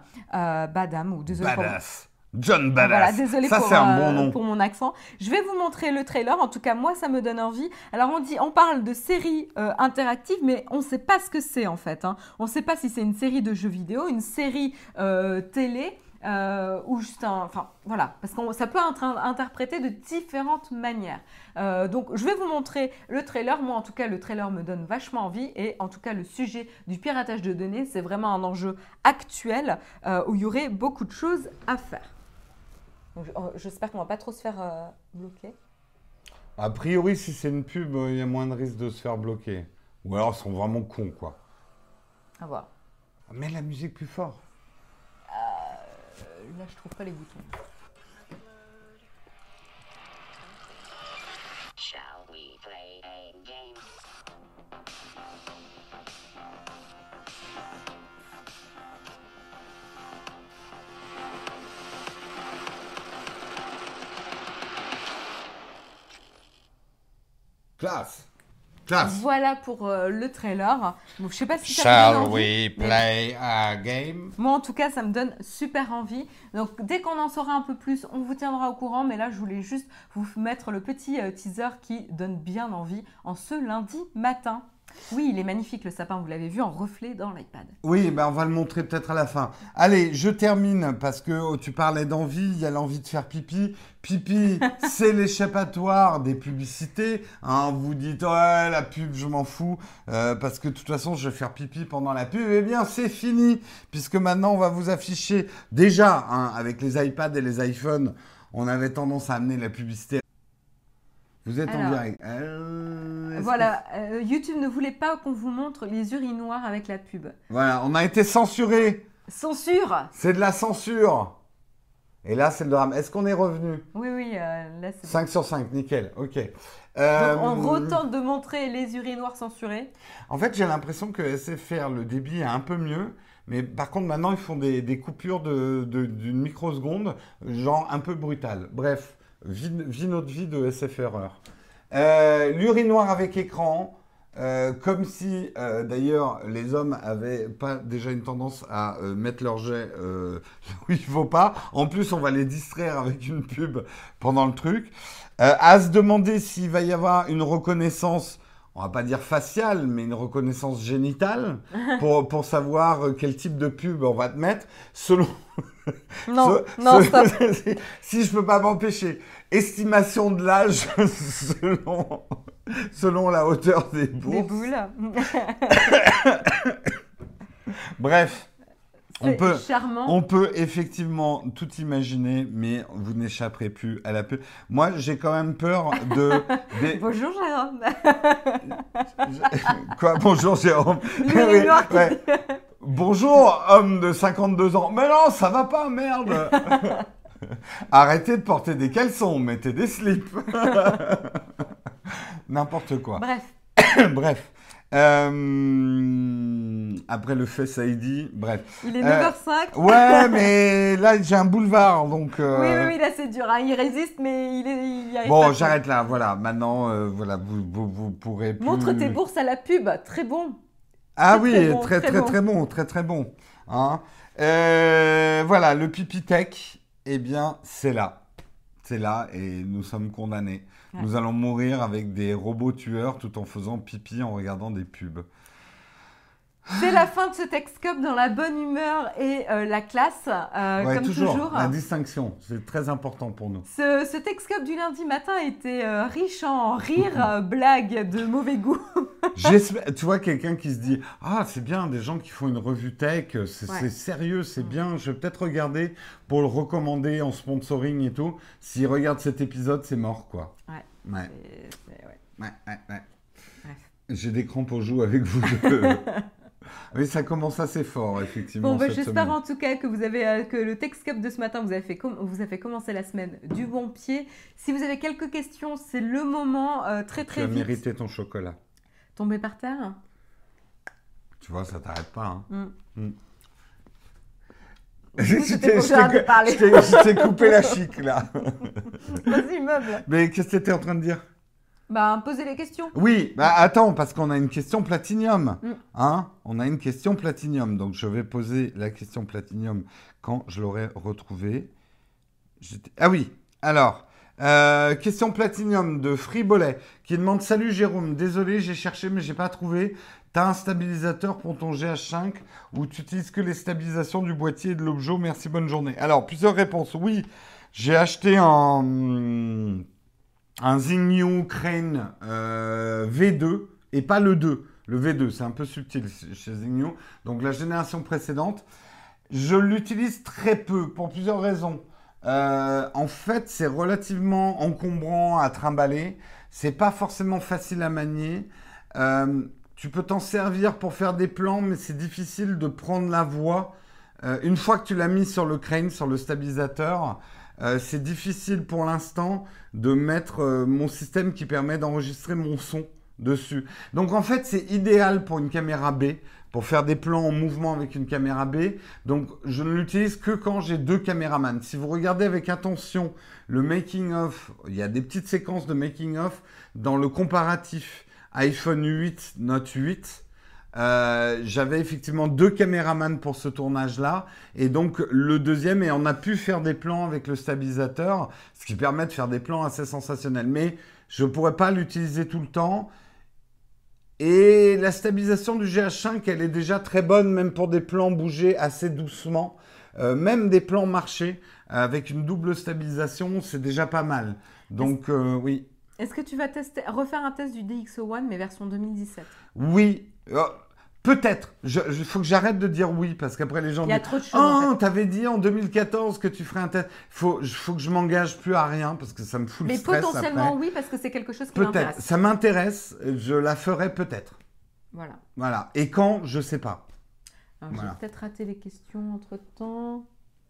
Badass. John Badass. Voilà, désolé c'est un bon nom. Pour mon accent. Je vais vous montrer le trailer. En tout cas, moi, ça me donne envie. Alors, on parle de série interactive, mais on ne sait pas ce que c'est en fait. On ne sait pas si c'est une série de jeux vidéo, une série télé. Ou juste voilà, parce que ça peut être interprété de différentes manières. Donc, je vais vous montrer le trailer. Moi, en tout cas, le trailer me donne vachement envie. Et en tout cas, le sujet du piratage de données, c'est vraiment un enjeu actuel où il y aurait beaucoup de choses à faire. Donc, j'espère qu'on ne va pas trop se faire bloquer. A priori, si c'est une pub, il y a moins de risque de se faire bloquer. Ou alors, ils sont vraiment cons, quoi. À voir. Mets la musique plus fort. Là, je trouve pas les boutons. Shall we play a game? Classe. Voilà pour le trailer. Bon, je sais pas si ça Shall donne envie, we play a game? Moi, en tout cas, ça me donne super envie. Donc, dès qu'on en saura un peu plus, on vous tiendra au courant. Mais là, je voulais juste vous mettre le petit teaser qui donne bien envie en ce lundi matin. Oui, il est magnifique le sapin, vous l'avez vu en reflet dans l'iPad. Oui, ben on va le montrer peut-être à la fin. Allez, je termine parce que tu parlais d'envie, il y a l'envie de faire pipi. Pipi, c'est l'échappatoire des publicités. Vous dites, ouais, la pub, je m'en fous, parce que de toute façon, je vais faire pipi pendant la pub. Eh bien, c'est fini, puisque maintenant, on va vous afficher. Déjà, avec les iPads et les iPhones, on avait tendance à amener la publicité. Vous êtes en direct. Voilà, YouTube ne voulait pas qu'on vous montre les urinoirs avec la pub. Voilà, on a été censuré. Censure. C'est de la censure. Et là, c'est le drame. Est-ce qu'on est revenu? Oui, là c'est 5 sur 5, nickel, ok. Donc, on retente de montrer les urinoirs censurés. En fait, j'ai l'impression que SFR, le débit est un peu mieux. Mais par contre, maintenant, ils font des coupures d'une microseconde, genre un peu brutales. Bref. Vie notre vie de SFReur. L'urinoir avec écran, Comme si, d'ailleurs, les hommes avaient pas déjà une tendance à mettre leur jet où il faut pas. En plus, on va les distraire avec une pub pendant le truc. À se demander s'il va y avoir une reconnaissance, on va pas dire faciale, mais une reconnaissance génitale pour savoir quel type de pub on va te mettre selon Non, Ce- non, ce- stop. si je peux pas m'empêcher. Estimation de l'âge selon la hauteur des Des bourses. boules. Bref, C'est peut- charmant. on peut effectivement tout imaginer, mais vous n'échapperez plus à la pub. Moi, j'ai quand même peur des- Bonjour Jérôme. Quoi, bonjour Jérôme. Lui, il est Oui, noir qui ouais. Bonjour, homme de 52 ans. Mais non, ça va pas, merde. Arrêtez de porter des caleçons, mettez des slips. N'importe quoi. Bref, Bref. Après le Face ID, bref. il est 9h05. Ouais, mais là, j'ai un boulevard, donc... Oui, là c'est dur. Hein. Il résiste, mais il y arrive pas. Bon, quoi. j'arrête là, voilà. Maintenant, voilà, vous pourrez plus... Montre tes bourses à la pub. Très bon. Ah Très, oui, très bon, très, très très, bon. très bon, très, très bon. Hein. Voilà, le pipi tech, eh bien, c'est là. C'est là et nous sommes condamnés. Ouais. Nous allons mourir avec des robots tueurs tout en faisant pipi en regardant des pubs. C'est la fin de ce Texcope dans la bonne humeur et la classe, Ouais, comme toujours. la distinction, c'est très important pour nous. Ce Texcope du lundi matin était riche en rires, blagues de mauvais goût. Tu vois quelqu'un qui se dit « Ah, c'est bien, des gens qui font une revue tech, c'est Ouais. sérieux, c'est bien, je vais peut-être regarder pour le recommander en sponsoring et tout. S'ils regardent cet épisode, c'est mort, quoi. » Ouais. Ouais. Ouais. Ouais. Bref. J'ai des crampes aux joues avec vous deux. Oui, ça commence assez fort, effectivement. Bon, bah, cette j'espère semaine. en tout cas que vous avez que le Texcope de ce matin vous a fait commencer la semaine du bon pied. Si vous avez quelques questions, c'est le moment très Tu très as vite. mérité ton chocolat. Tomber par terre. Tu vois, ça t'arrête pas. Hein. Mm. Mm. Du coup, Je c'était t'ai- pour je que j'arrête de t'ai- parler. je t'ai coupé la chic, là. Vas-y, meuble. Mais qu'est-ce que tu étais en train de dire? Bah, posez les questions. Oui, bah attends, parce qu'on a une question platinium. Mm. Hein, on a une question platinium. Donc, je vais poser la question platinium quand je l'aurai retrouvée. Ah oui, alors, question platinium de Fribolet qui demande « Salut Jérôme, désolé, j'ai cherché mais j'ai pas trouvé. T'as un stabilisateur pour ton GH5 ou tu utilises que les stabilisations du boîtier et de l'objet? Merci, bonne journée. » Alors, plusieurs réponses. Oui, j'ai acheté un Zingnyu Crane V2 et pas le 2. Le V2, c'est un peu subtil chez Zingnyu. Donc la génération précédente, je l'utilise très peu pour plusieurs raisons. En fait, c'est relativement encombrant à trimballer. C'est pas forcément facile à manier. Tu peux t'en servir pour faire des plans, mais c'est difficile de prendre la voix. Une fois que tu l'as mis sur le crane, sur le stabilisateur, c'est difficile pour l'instant de mettre mon système qui permet d'enregistrer mon son dessus. Donc en fait, c'est idéal pour une caméra B, pour faire des plans en mouvement avec une caméra B. Donc je ne l'utilise que quand j'ai deux caméramans. Si vous regardez avec attention le making of, il y a des petites séquences de making of dans le comparatif iPhone 8 Note 8. J'avais effectivement deux caméramans pour ce tournage-là, et donc le deuxième, et on a pu faire des plans avec le stabilisateur, ce qui permet de faire des plans assez sensationnels. Mais je ne pourrais pas l'utiliser tout le temps. Et la stabilisation du GH5, elle est déjà très bonne, même pour des plans bougés assez doucement. Même des plans marchés, avec une double stabilisation, c'est déjà pas mal. Donc oui. Est-ce que tu vas refaire un test du DxO One, mais version 2017? Oui, peut-être. Il faut que j'arrête de dire oui, parce qu'après les gens Il y a disent trop de choses, en « Oh, fait. t'avais dit en 2014 que tu ferais un test. » Faut que je m'engage plus à rien, parce que ça me fout Mais le stress potentiellement après. oui, parce que c'est quelque chose qui Peut-être. m'intéresse. Ça m'intéresse, je la ferai peut-être. Voilà. Voilà. Et quand, je sais pas. Alors, Voilà. j'ai peut-être raté les questions entre-temps.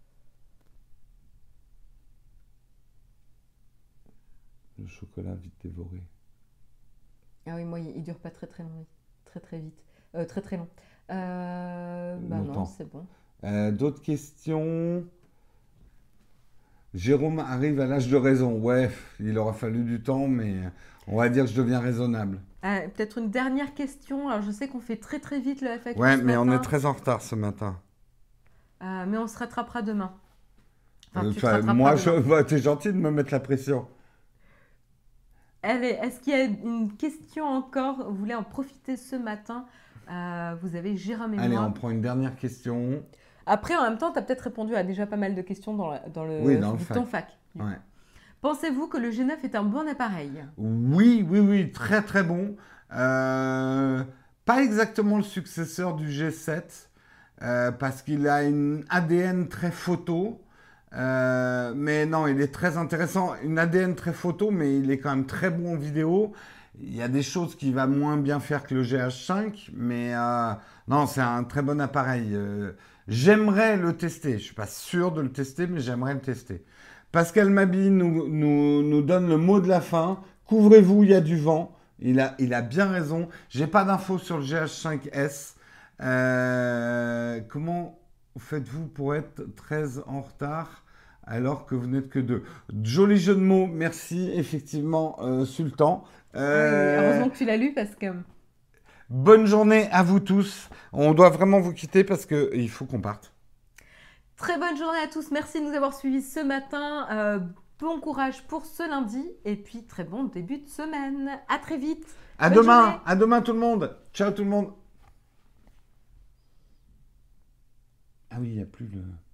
Le chocolat vite dévoré. Ah oui, moi, il dure pas très très long, très très vite, très très long. Bah non, Longtemps. c'est bon. D'autres questions? Jérôme arrive à l'âge de raison. Ouais, il aura fallu du temps, mais On va dire que je deviens raisonnable. Peut-être une dernière question. Alors, je sais qu'on fait très très vite le FAQ Ouais, ce mais on matin, est très en retard ce matin. mais on se rattrapera demain. Enfin, tu te Enfin, rattraperas moi, demain. bah, t'es gentil de me mettre la pression. Allez, est-ce qu'il y a une question encore? Vous voulez en profiter ce matin? Vous avez Jérôme et Allez, moi. on prend une dernière question. Après, en même temps, tu as peut-être répondu à déjà pas mal de questions dans Oui, dans le ton fac. Ouais. Pensez-vous que le G9 est un bon appareil? Oui, très très bon. Pas exactement le successeur du G7, parce qu'il a une ADN très photo. Mais non, il est très intéressant. Une ADN très photo, mais il est quand même très bon en vidéo. Il y a des choses qu'il va moins bien faire que le GH5, mais non, c'est un très bon appareil. J'aimerais le tester. Je suis pas sûr de le tester, mais j'aimerais le tester. Pascal Mabi nous donne le mot de la fin. Couvrez-vous, il y a du vent. Il a bien raison. J'ai pas d'infos sur le GH5S. Comment faites-vous pour être 13 en retard alors que vous n'êtes que 2? Joli jeu de mots, merci, effectivement, Sultan. Oui, heureusement que tu l'as lu parce que... Bonne journée à vous tous. On doit vraiment vous quitter parce qu'il faut qu'on parte. Très bonne journée à tous. Merci de nous avoir suivis ce matin. Bon courage pour ce lundi et puis très bon début de semaine. À très vite. Bonne journée. À demain tout le monde. Ciao tout le monde. Ah oui, il n'y a plus le...